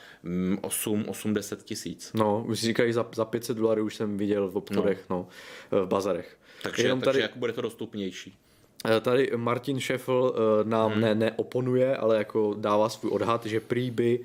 8-10 tisíc. No, už si říkají za $500 už jsem viděl v obchodech, v bazarech. Takže jako bude to dostupnější. Tady Martin Scheffel nám neoponuje, ale jako dává svůj odhad, že prý by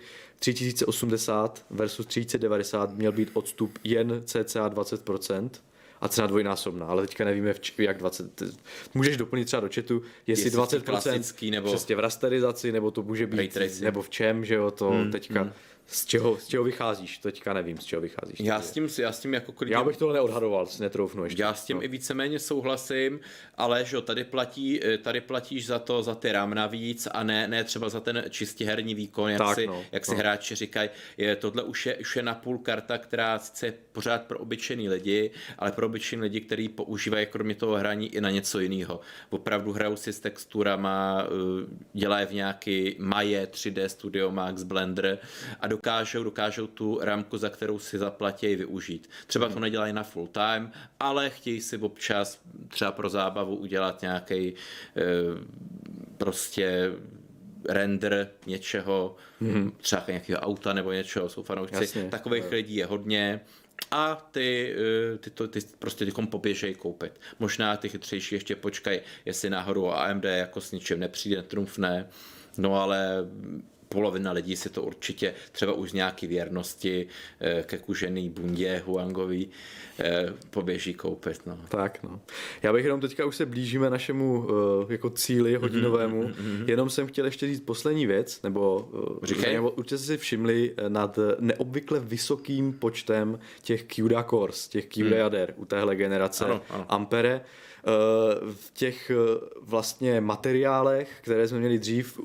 3080 versus 3090 měl být odstup jen cca 20%. A cena dvojnásobná, ale teďka nevíme, jak 20. Můžeš doplnit třeba do chatu, jestli 20% klasický, nebo přesně v rasterizaci, nebo to může být, nebo v čem, že jo, to teďka Z čeho vycházíš? Teďka nevím, z čeho vycházíš. Já s tím jako klidně... Já bych tohle neodhadoval, netroufnu ještě. Já s tím i víceméně souhlasím, ale že tady platíš za ty RAM navíc a ne třeba za ten čistě herní výkon, jak si hráči říkají. Tohle už je na půl karta, která sice je pořád pro obyčejný lidi, ale pro obyčejný lidi, který používají kromě toho hraní i na něco jiného. Opravdu hrajou si s texturama, dělají v nějaký Maya, 3D Studio Max, Blender a dokážou tu rámku, za kterou si zaplatí, využít. Třeba to nedělají na full time, ale chtějí si občas třeba pro zábavu udělat nějaký prostě render něčeho, třeba nějakého auta nebo něčeho, jsou fanoušci. Takových lidí je hodně a ty prostě tykom poběžej koupit. Možná ty chytřejší ještě počkají, jestli náhodou AMD jako s ničím nepřijde, netrumfne, no ale polovina lidí si to určitě třeba už z nějaký věrnosti ke kužený bundě Huangový poběží koupit. No. Tak no. Já bych jenom teďka už se blížíme našemu jako cíli hodinovému. Jenom jsem chtěl ještě říct poslední věc, nebo určitě jste si všimli nad neobvykle vysokým počtem těch CUDA cores, těch CUDA jader u téhle generace ano. Ampere. V těch vlastně materiálech, které jsme měli dřív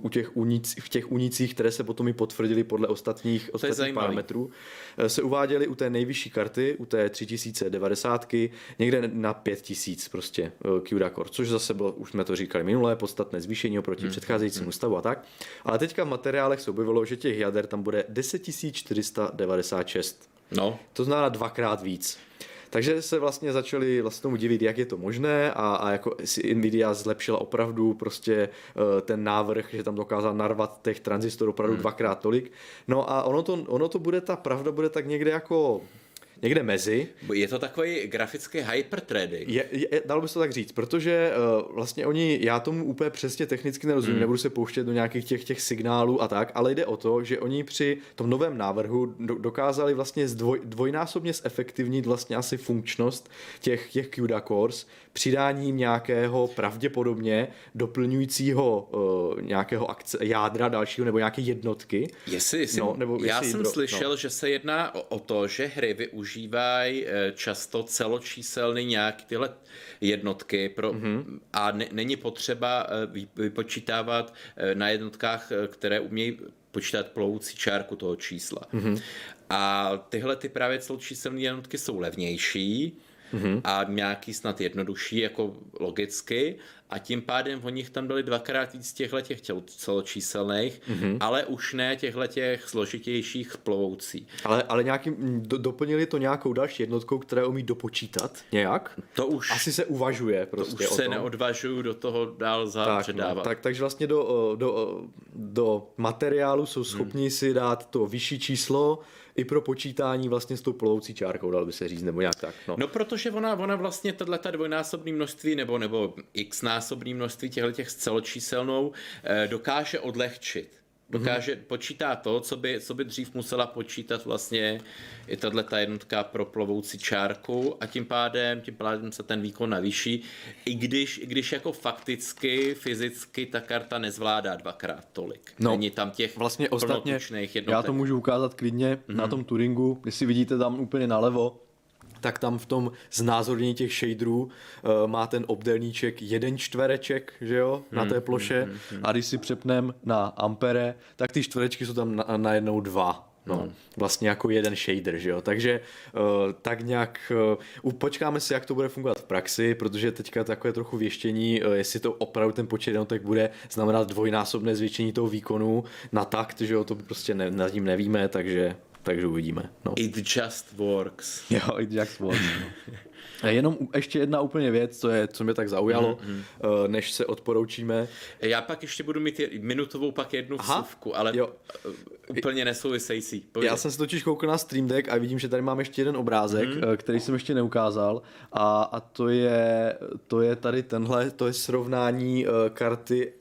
v těch únicích, které se potom i potvrdili podle ostatních parametrů, se uváděly u té nejvyšší karty, u té 3090, někde na 5000 prostě CUDA core, což zase bylo, už jsme to říkali minulé, podstatné zvýšení oproti předcházejícímu stavu a tak. Ale teďka v materiálech se objevilo, že těch jader tam bude 10496. No. To znamená dvakrát víc. Takže se vlastně začali tomu divit, jak je to možné a jako si Nvidia zlepšila opravdu prostě ten návrh, že tam dokázal narvat těch tranzistorů opravdu dvakrát tolik. No a ono to bude, ta pravda bude tak někde jako někde mezi. Je to takový grafický hyperthreading. Dalo by se to tak říct, protože vlastně já tomu úplně přesně technicky nerozumím, nebudu se pouštět do nějakých těch signálů a tak, ale jde o to, že oni při tom novém návrhu dokázali vlastně dvojnásobně zefektivnit vlastně asi funkčnost těch CUDA cores přidáním nějakého pravděpodobně doplňujícího nějakého jádra dalšího nebo nějaké jednotky. Já jsem slyšel, že se jedná o to, že hry využívají často celočíselný nějaký tyhle jednotky a není potřeba vypočítávat na jednotkách, které umějí počítat plovoucí čárku toho čísla. A tyhle ty právě celočíselné jednotky jsou levnější a nějaký snad jednodušší, jako logicky, a tím pádem o nich tam dali dvakrát víc těchhletěch celočíselných, ale už ne těchhletěch složitějších plovoucí. Ale doplnili to nějakou další jednotkou, která umí dopočítat nějak? To už asi se uvažuje prostě. To už se neodvažuju do toho dál předávat. Takže vlastně do materiálu jsou schopni si dát to vyšší číslo i pro počítání vlastně s tou plovoucí čárkou, dal by se říct, nebo nějak tak. No protože ona vlastně tato dvojnásobné množství nebo x-násobné množství těchto celočíselnou dokáže odlehčit. Počítá to, co by dřív musela počítat vlastně i tato jednotka pro plovoucí čárku a tím pádem se ten výkon navýší, i když jako fakticky, fyzicky ta karta nezvládá dvakrát tolik. Není tam těch vlastně ostatně, jednotek. Já to můžu ukázat klidně na tom Turingu, když si vidíte tam úplně nalevo, tak tam v tom znázornění těch shaderů má ten obdélníček 1 čtvereček, že jo, na té ploše a když si přepnem na Ampere, tak ty čtverečky jsou tam najednou 2. No, vlastně jako jeden shader, že jo, takže tak nějak počkáme si, jak to bude fungovat v praxi, protože teďka takové trochu věštění, jestli to opravdu ten počet jednotek bude znamenat dvojnásobné zvětšení toho výkonu na takt, že jo, to prostě nad tím nevíme, takže uvidíme. No. It just works. Jo, it just works. Jenom ještě jedna úplně věc, co mě tak zaujalo, než se odporoučíme. Já pak ještě budu mít minutovou pak jednu vsuvku, ale úplně nesouvisející. Já jsem se totiž koukal na Stream Deck a vidím, že tady mám ještě jeden obrázek, který jsem ještě neukázal a to je tady tenhle, to je srovnání karty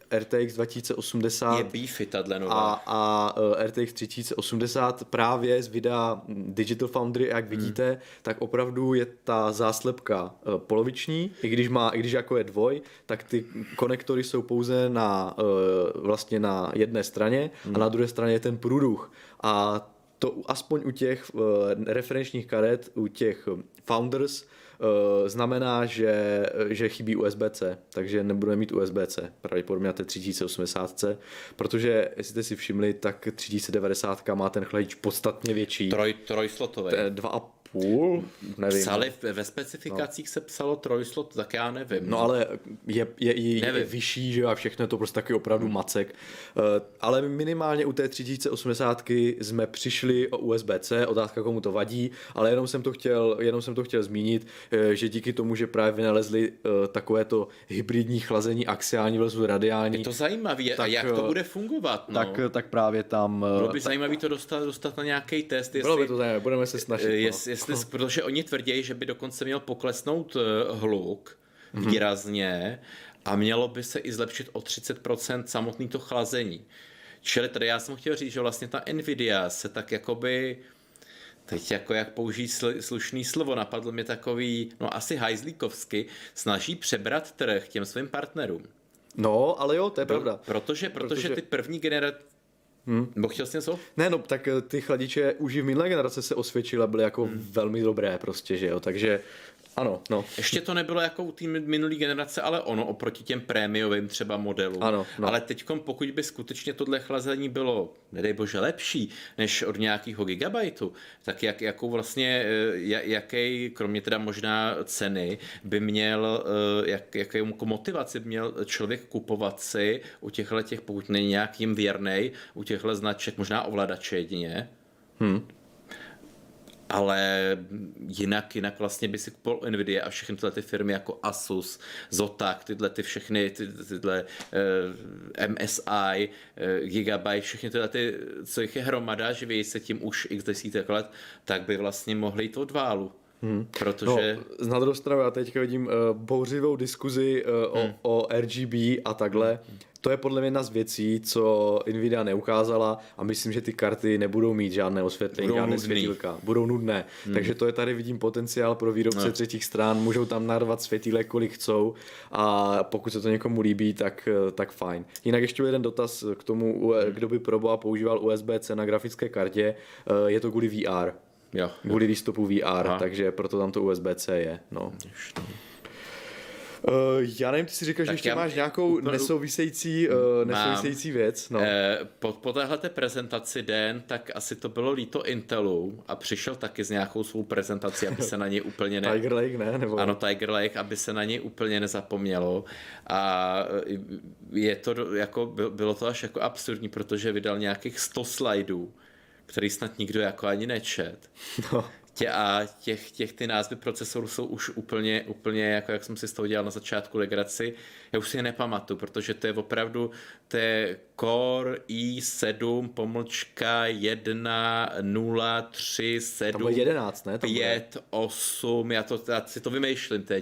RTX 2080 Je beefy tato nová. a RTX 3080 právě z videa Digital Foundry, jak vidíte, tak opravdu je ta záslepka poloviční, i když jako je dvoj, tak ty konektory jsou pouze vlastně na jedné straně a na druhé straně je ten průduch. A to aspoň u těch referenčních karet, u těch Founders, znamená, že chybí USB-C, takže nebudeme mít USB-C pravděpodobně na té 3080, protože jestli jste si všimli, tak 3090 má ten chladič podstatně větší. Trojslotový. 2,5, nevím. Psali, ve specifikacích se psalo trojslot, tak já nevím. No ale je vyšší, že a všechno je to prostě taky opravdu macek. Ale minimálně u té 3080 jsme přišli o USB-C, otázka komu to vadí, ale jenom jsem to chtěl zmínit, že díky tomu, že právě vynalezli takovéto hybridní chlazení axiální versus radiální. Je to zajímavé, a jak to bude fungovat? No? Tak právě tam... Bylo by zajímavé to dostat na nějaký test. Bylo by to zajímavé, budeme se snažit. Protože oni tvrdí, že by dokonce měl poklesnout hluk výrazně a mělo by se i zlepšit o 30% samotný to chlazení. Čili tady já jsem chtěl říct, že vlastně ta Nvidia se tak jakoby, teď jako jak použít slušný slovo, napadlo mě takový, no asi hajzlíkovsky, snaží přebrat trh těm svým partnerům. No, ale jo, to je pravda. Protože ty první generace. Bo chtěl jsi něco? Ne, no, tak ty chladiče už i v minulé generace se osvědčily a byly jako velmi dobré prostě, že jo, takže ano, no. Ještě to nebylo jako u té minulé generace, ale ono oproti těm prémiovým třeba modelům. Ano, no. Ale teďkom, pokud by skutečně tohle chlazení bylo, nedej bože, lepší než od nějakého gigabajtu, tak jakou vlastně, jaký, kromě teda možná ceny, by měl, jakou motivaci by měl člověk kupovat si u těchto, pokud není nějak jim věrnej, u těchto značek, možná ovladače jedině, ale jinak vlastně by si kupoval Nvidia a všechny tyhle ty firmy jako Asus, Zotac, tyhle ty všechny, tyhle MSI, Gigabyte, všechny tyhle ty, co jich je hromada, živějí se tím už x desítek let, tak by vlastně mohli jít od válu. Protože... No, na druhou stranu já teďka vidím bouřivou diskuzi o RGB a takhle. To je podle mě jedna z věcí, co Nvidia neukázala a myslím, že ty karty nebudou mít žádné osvětlení, žádné světýlka. Budou nudné. Takže to je tady vidím potenciál pro výrobce třetích stran. Můžou tam narvat světýlek, kolik chcou a pokud se to někomu líbí, tak fajn. Jinak ještě jeden dotaz k tomu, kdo by pro boha používal USB-C na grafické kartě. Je to kvůli VR. Jo. Kvůli výstupu VR, takže proto tam to USB-C je. No. Já nevím, ty si říkáš, že ještě máš nějakou nesouvisející věc. No. Po téhleté prezentaci den, tak asi to bylo líto Intelu a přišel taky s nějakou svou prezentací, aby se na něj úplně Tiger Lake, ne? Nebo... Ano, Tiger Lake, aby se na něj úplně nezapomnělo. A je to jako, bylo to až jako absurdní, protože vydal nějakých 100 slajdů, který snad nikdo jako ani nečet. No. A ty názvy procesorů jsou už úplně jako jak jsem si z toho dělal na začátku legraci. Já už si je nepamatuju, protože to je opravdu Core i7 _1037 to bylo 11, ne? 5, 8, já si to vymýšlím teď.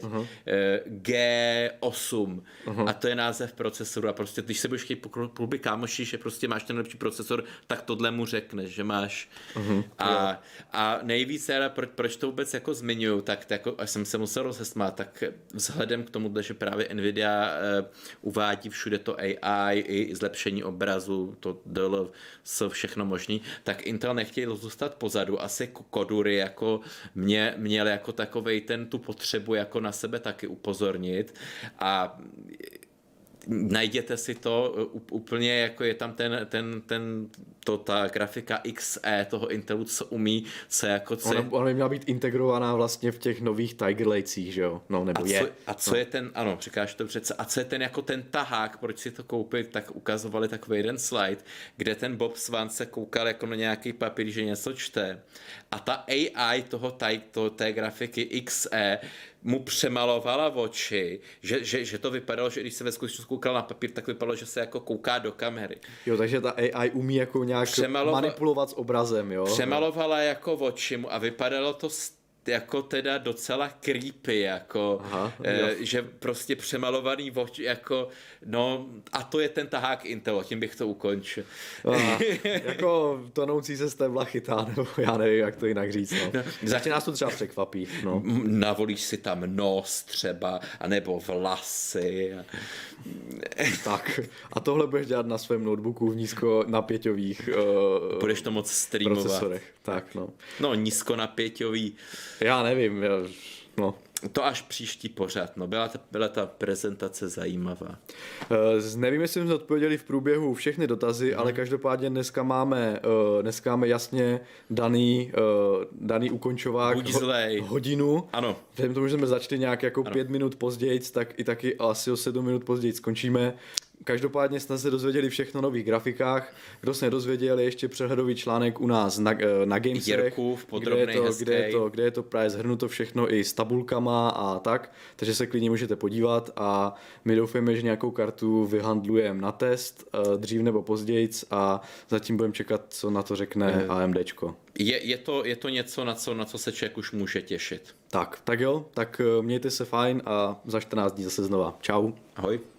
G8 a to je název procesoru a prostě když se budeš chtít poklubit kámoši, že prostě máš ten lepší procesor, tak tohle mu řekneš, že máš. A nejvíc proč to vůbec jako zmiňuju, tak jako, až jsem se musel rozesmát, tak vzhledem k tomu, že právě Nvidia uvádí všude to AI i zlepšení obrazu, to jsou všechno možný, tak Intel nechtěl zůstat pozadu, asi Kodury jako měl jako takovej tu potřebu jako na sebe taky upozornit a najděte si to úplně, jako je tam ta grafika XE toho Intelu, co umí, co jako... Ona by měla být integrovaná vlastně v těch nových Tiger Lakesích, že jo? No, nebo co je ten, ano, říkáš to přece, a co je ten jako ten tahák, proč si to koupit, tak ukazovali takový jeden slide, kde ten Bob Swan se koukal jako na nějaký papír, že něco čte. A ta AI té grafiky XE mu přemalovala oči, že to vypadalo, že když se ve skutečnosti koukal na papír, tak vypadalo, že se jako kouká do kamery. Jo, takže ta AI umí jako nějak manipulovat s obrazem, jo? Přemalovala jako oči mu a vypadalo to jako teda docela creepy, jako, že prostě přemalovaný oči, jako, no, a to je ten tahák Intelo, tím bych to ukončil. Jako tonoucí se stébla chytá, nebo já nevím, jak to jinak říct, no. Zatím nás to třeba překvapí, no. Navolíš si tam nos třeba, anebo vlasy. Tak, a tohle budeš dělat na svém notebooku v nízkonapěťových budeš to moc streamovat. Procesorech, tak, no. No, nízkonapěťový. Já nevím, no. To až příští pořad, no, byla ta prezentace zajímavá. Nevím, jestli jsme odpověděli v průběhu všechny dotazy, ale každopádně dneska máme jasně daný ukončovák hodinu. Ano. Vzhledem tomu, že jsme začali nějak jako 5 minut později, tak i taky asi o 7 minut později skončíme. Každopádně jsme se dozvěděli všechno o nových grafikách. Kdo se nedozvěděl, je ještě přehledový článek u nás na Gamesech, kde je to právě shrnuto všechno i s tabulkama a tak, takže se klidně můžete podívat a my doufáme, že nějakou kartu vyhandlujeme na test dřív nebo později a zatím budeme čekat, co na to řekne AMDčko. Je to něco, na co se člověk už může těšit. Tak jo, tak mějte se fajn a za 14 dní zase znova. Čau. Ahoj.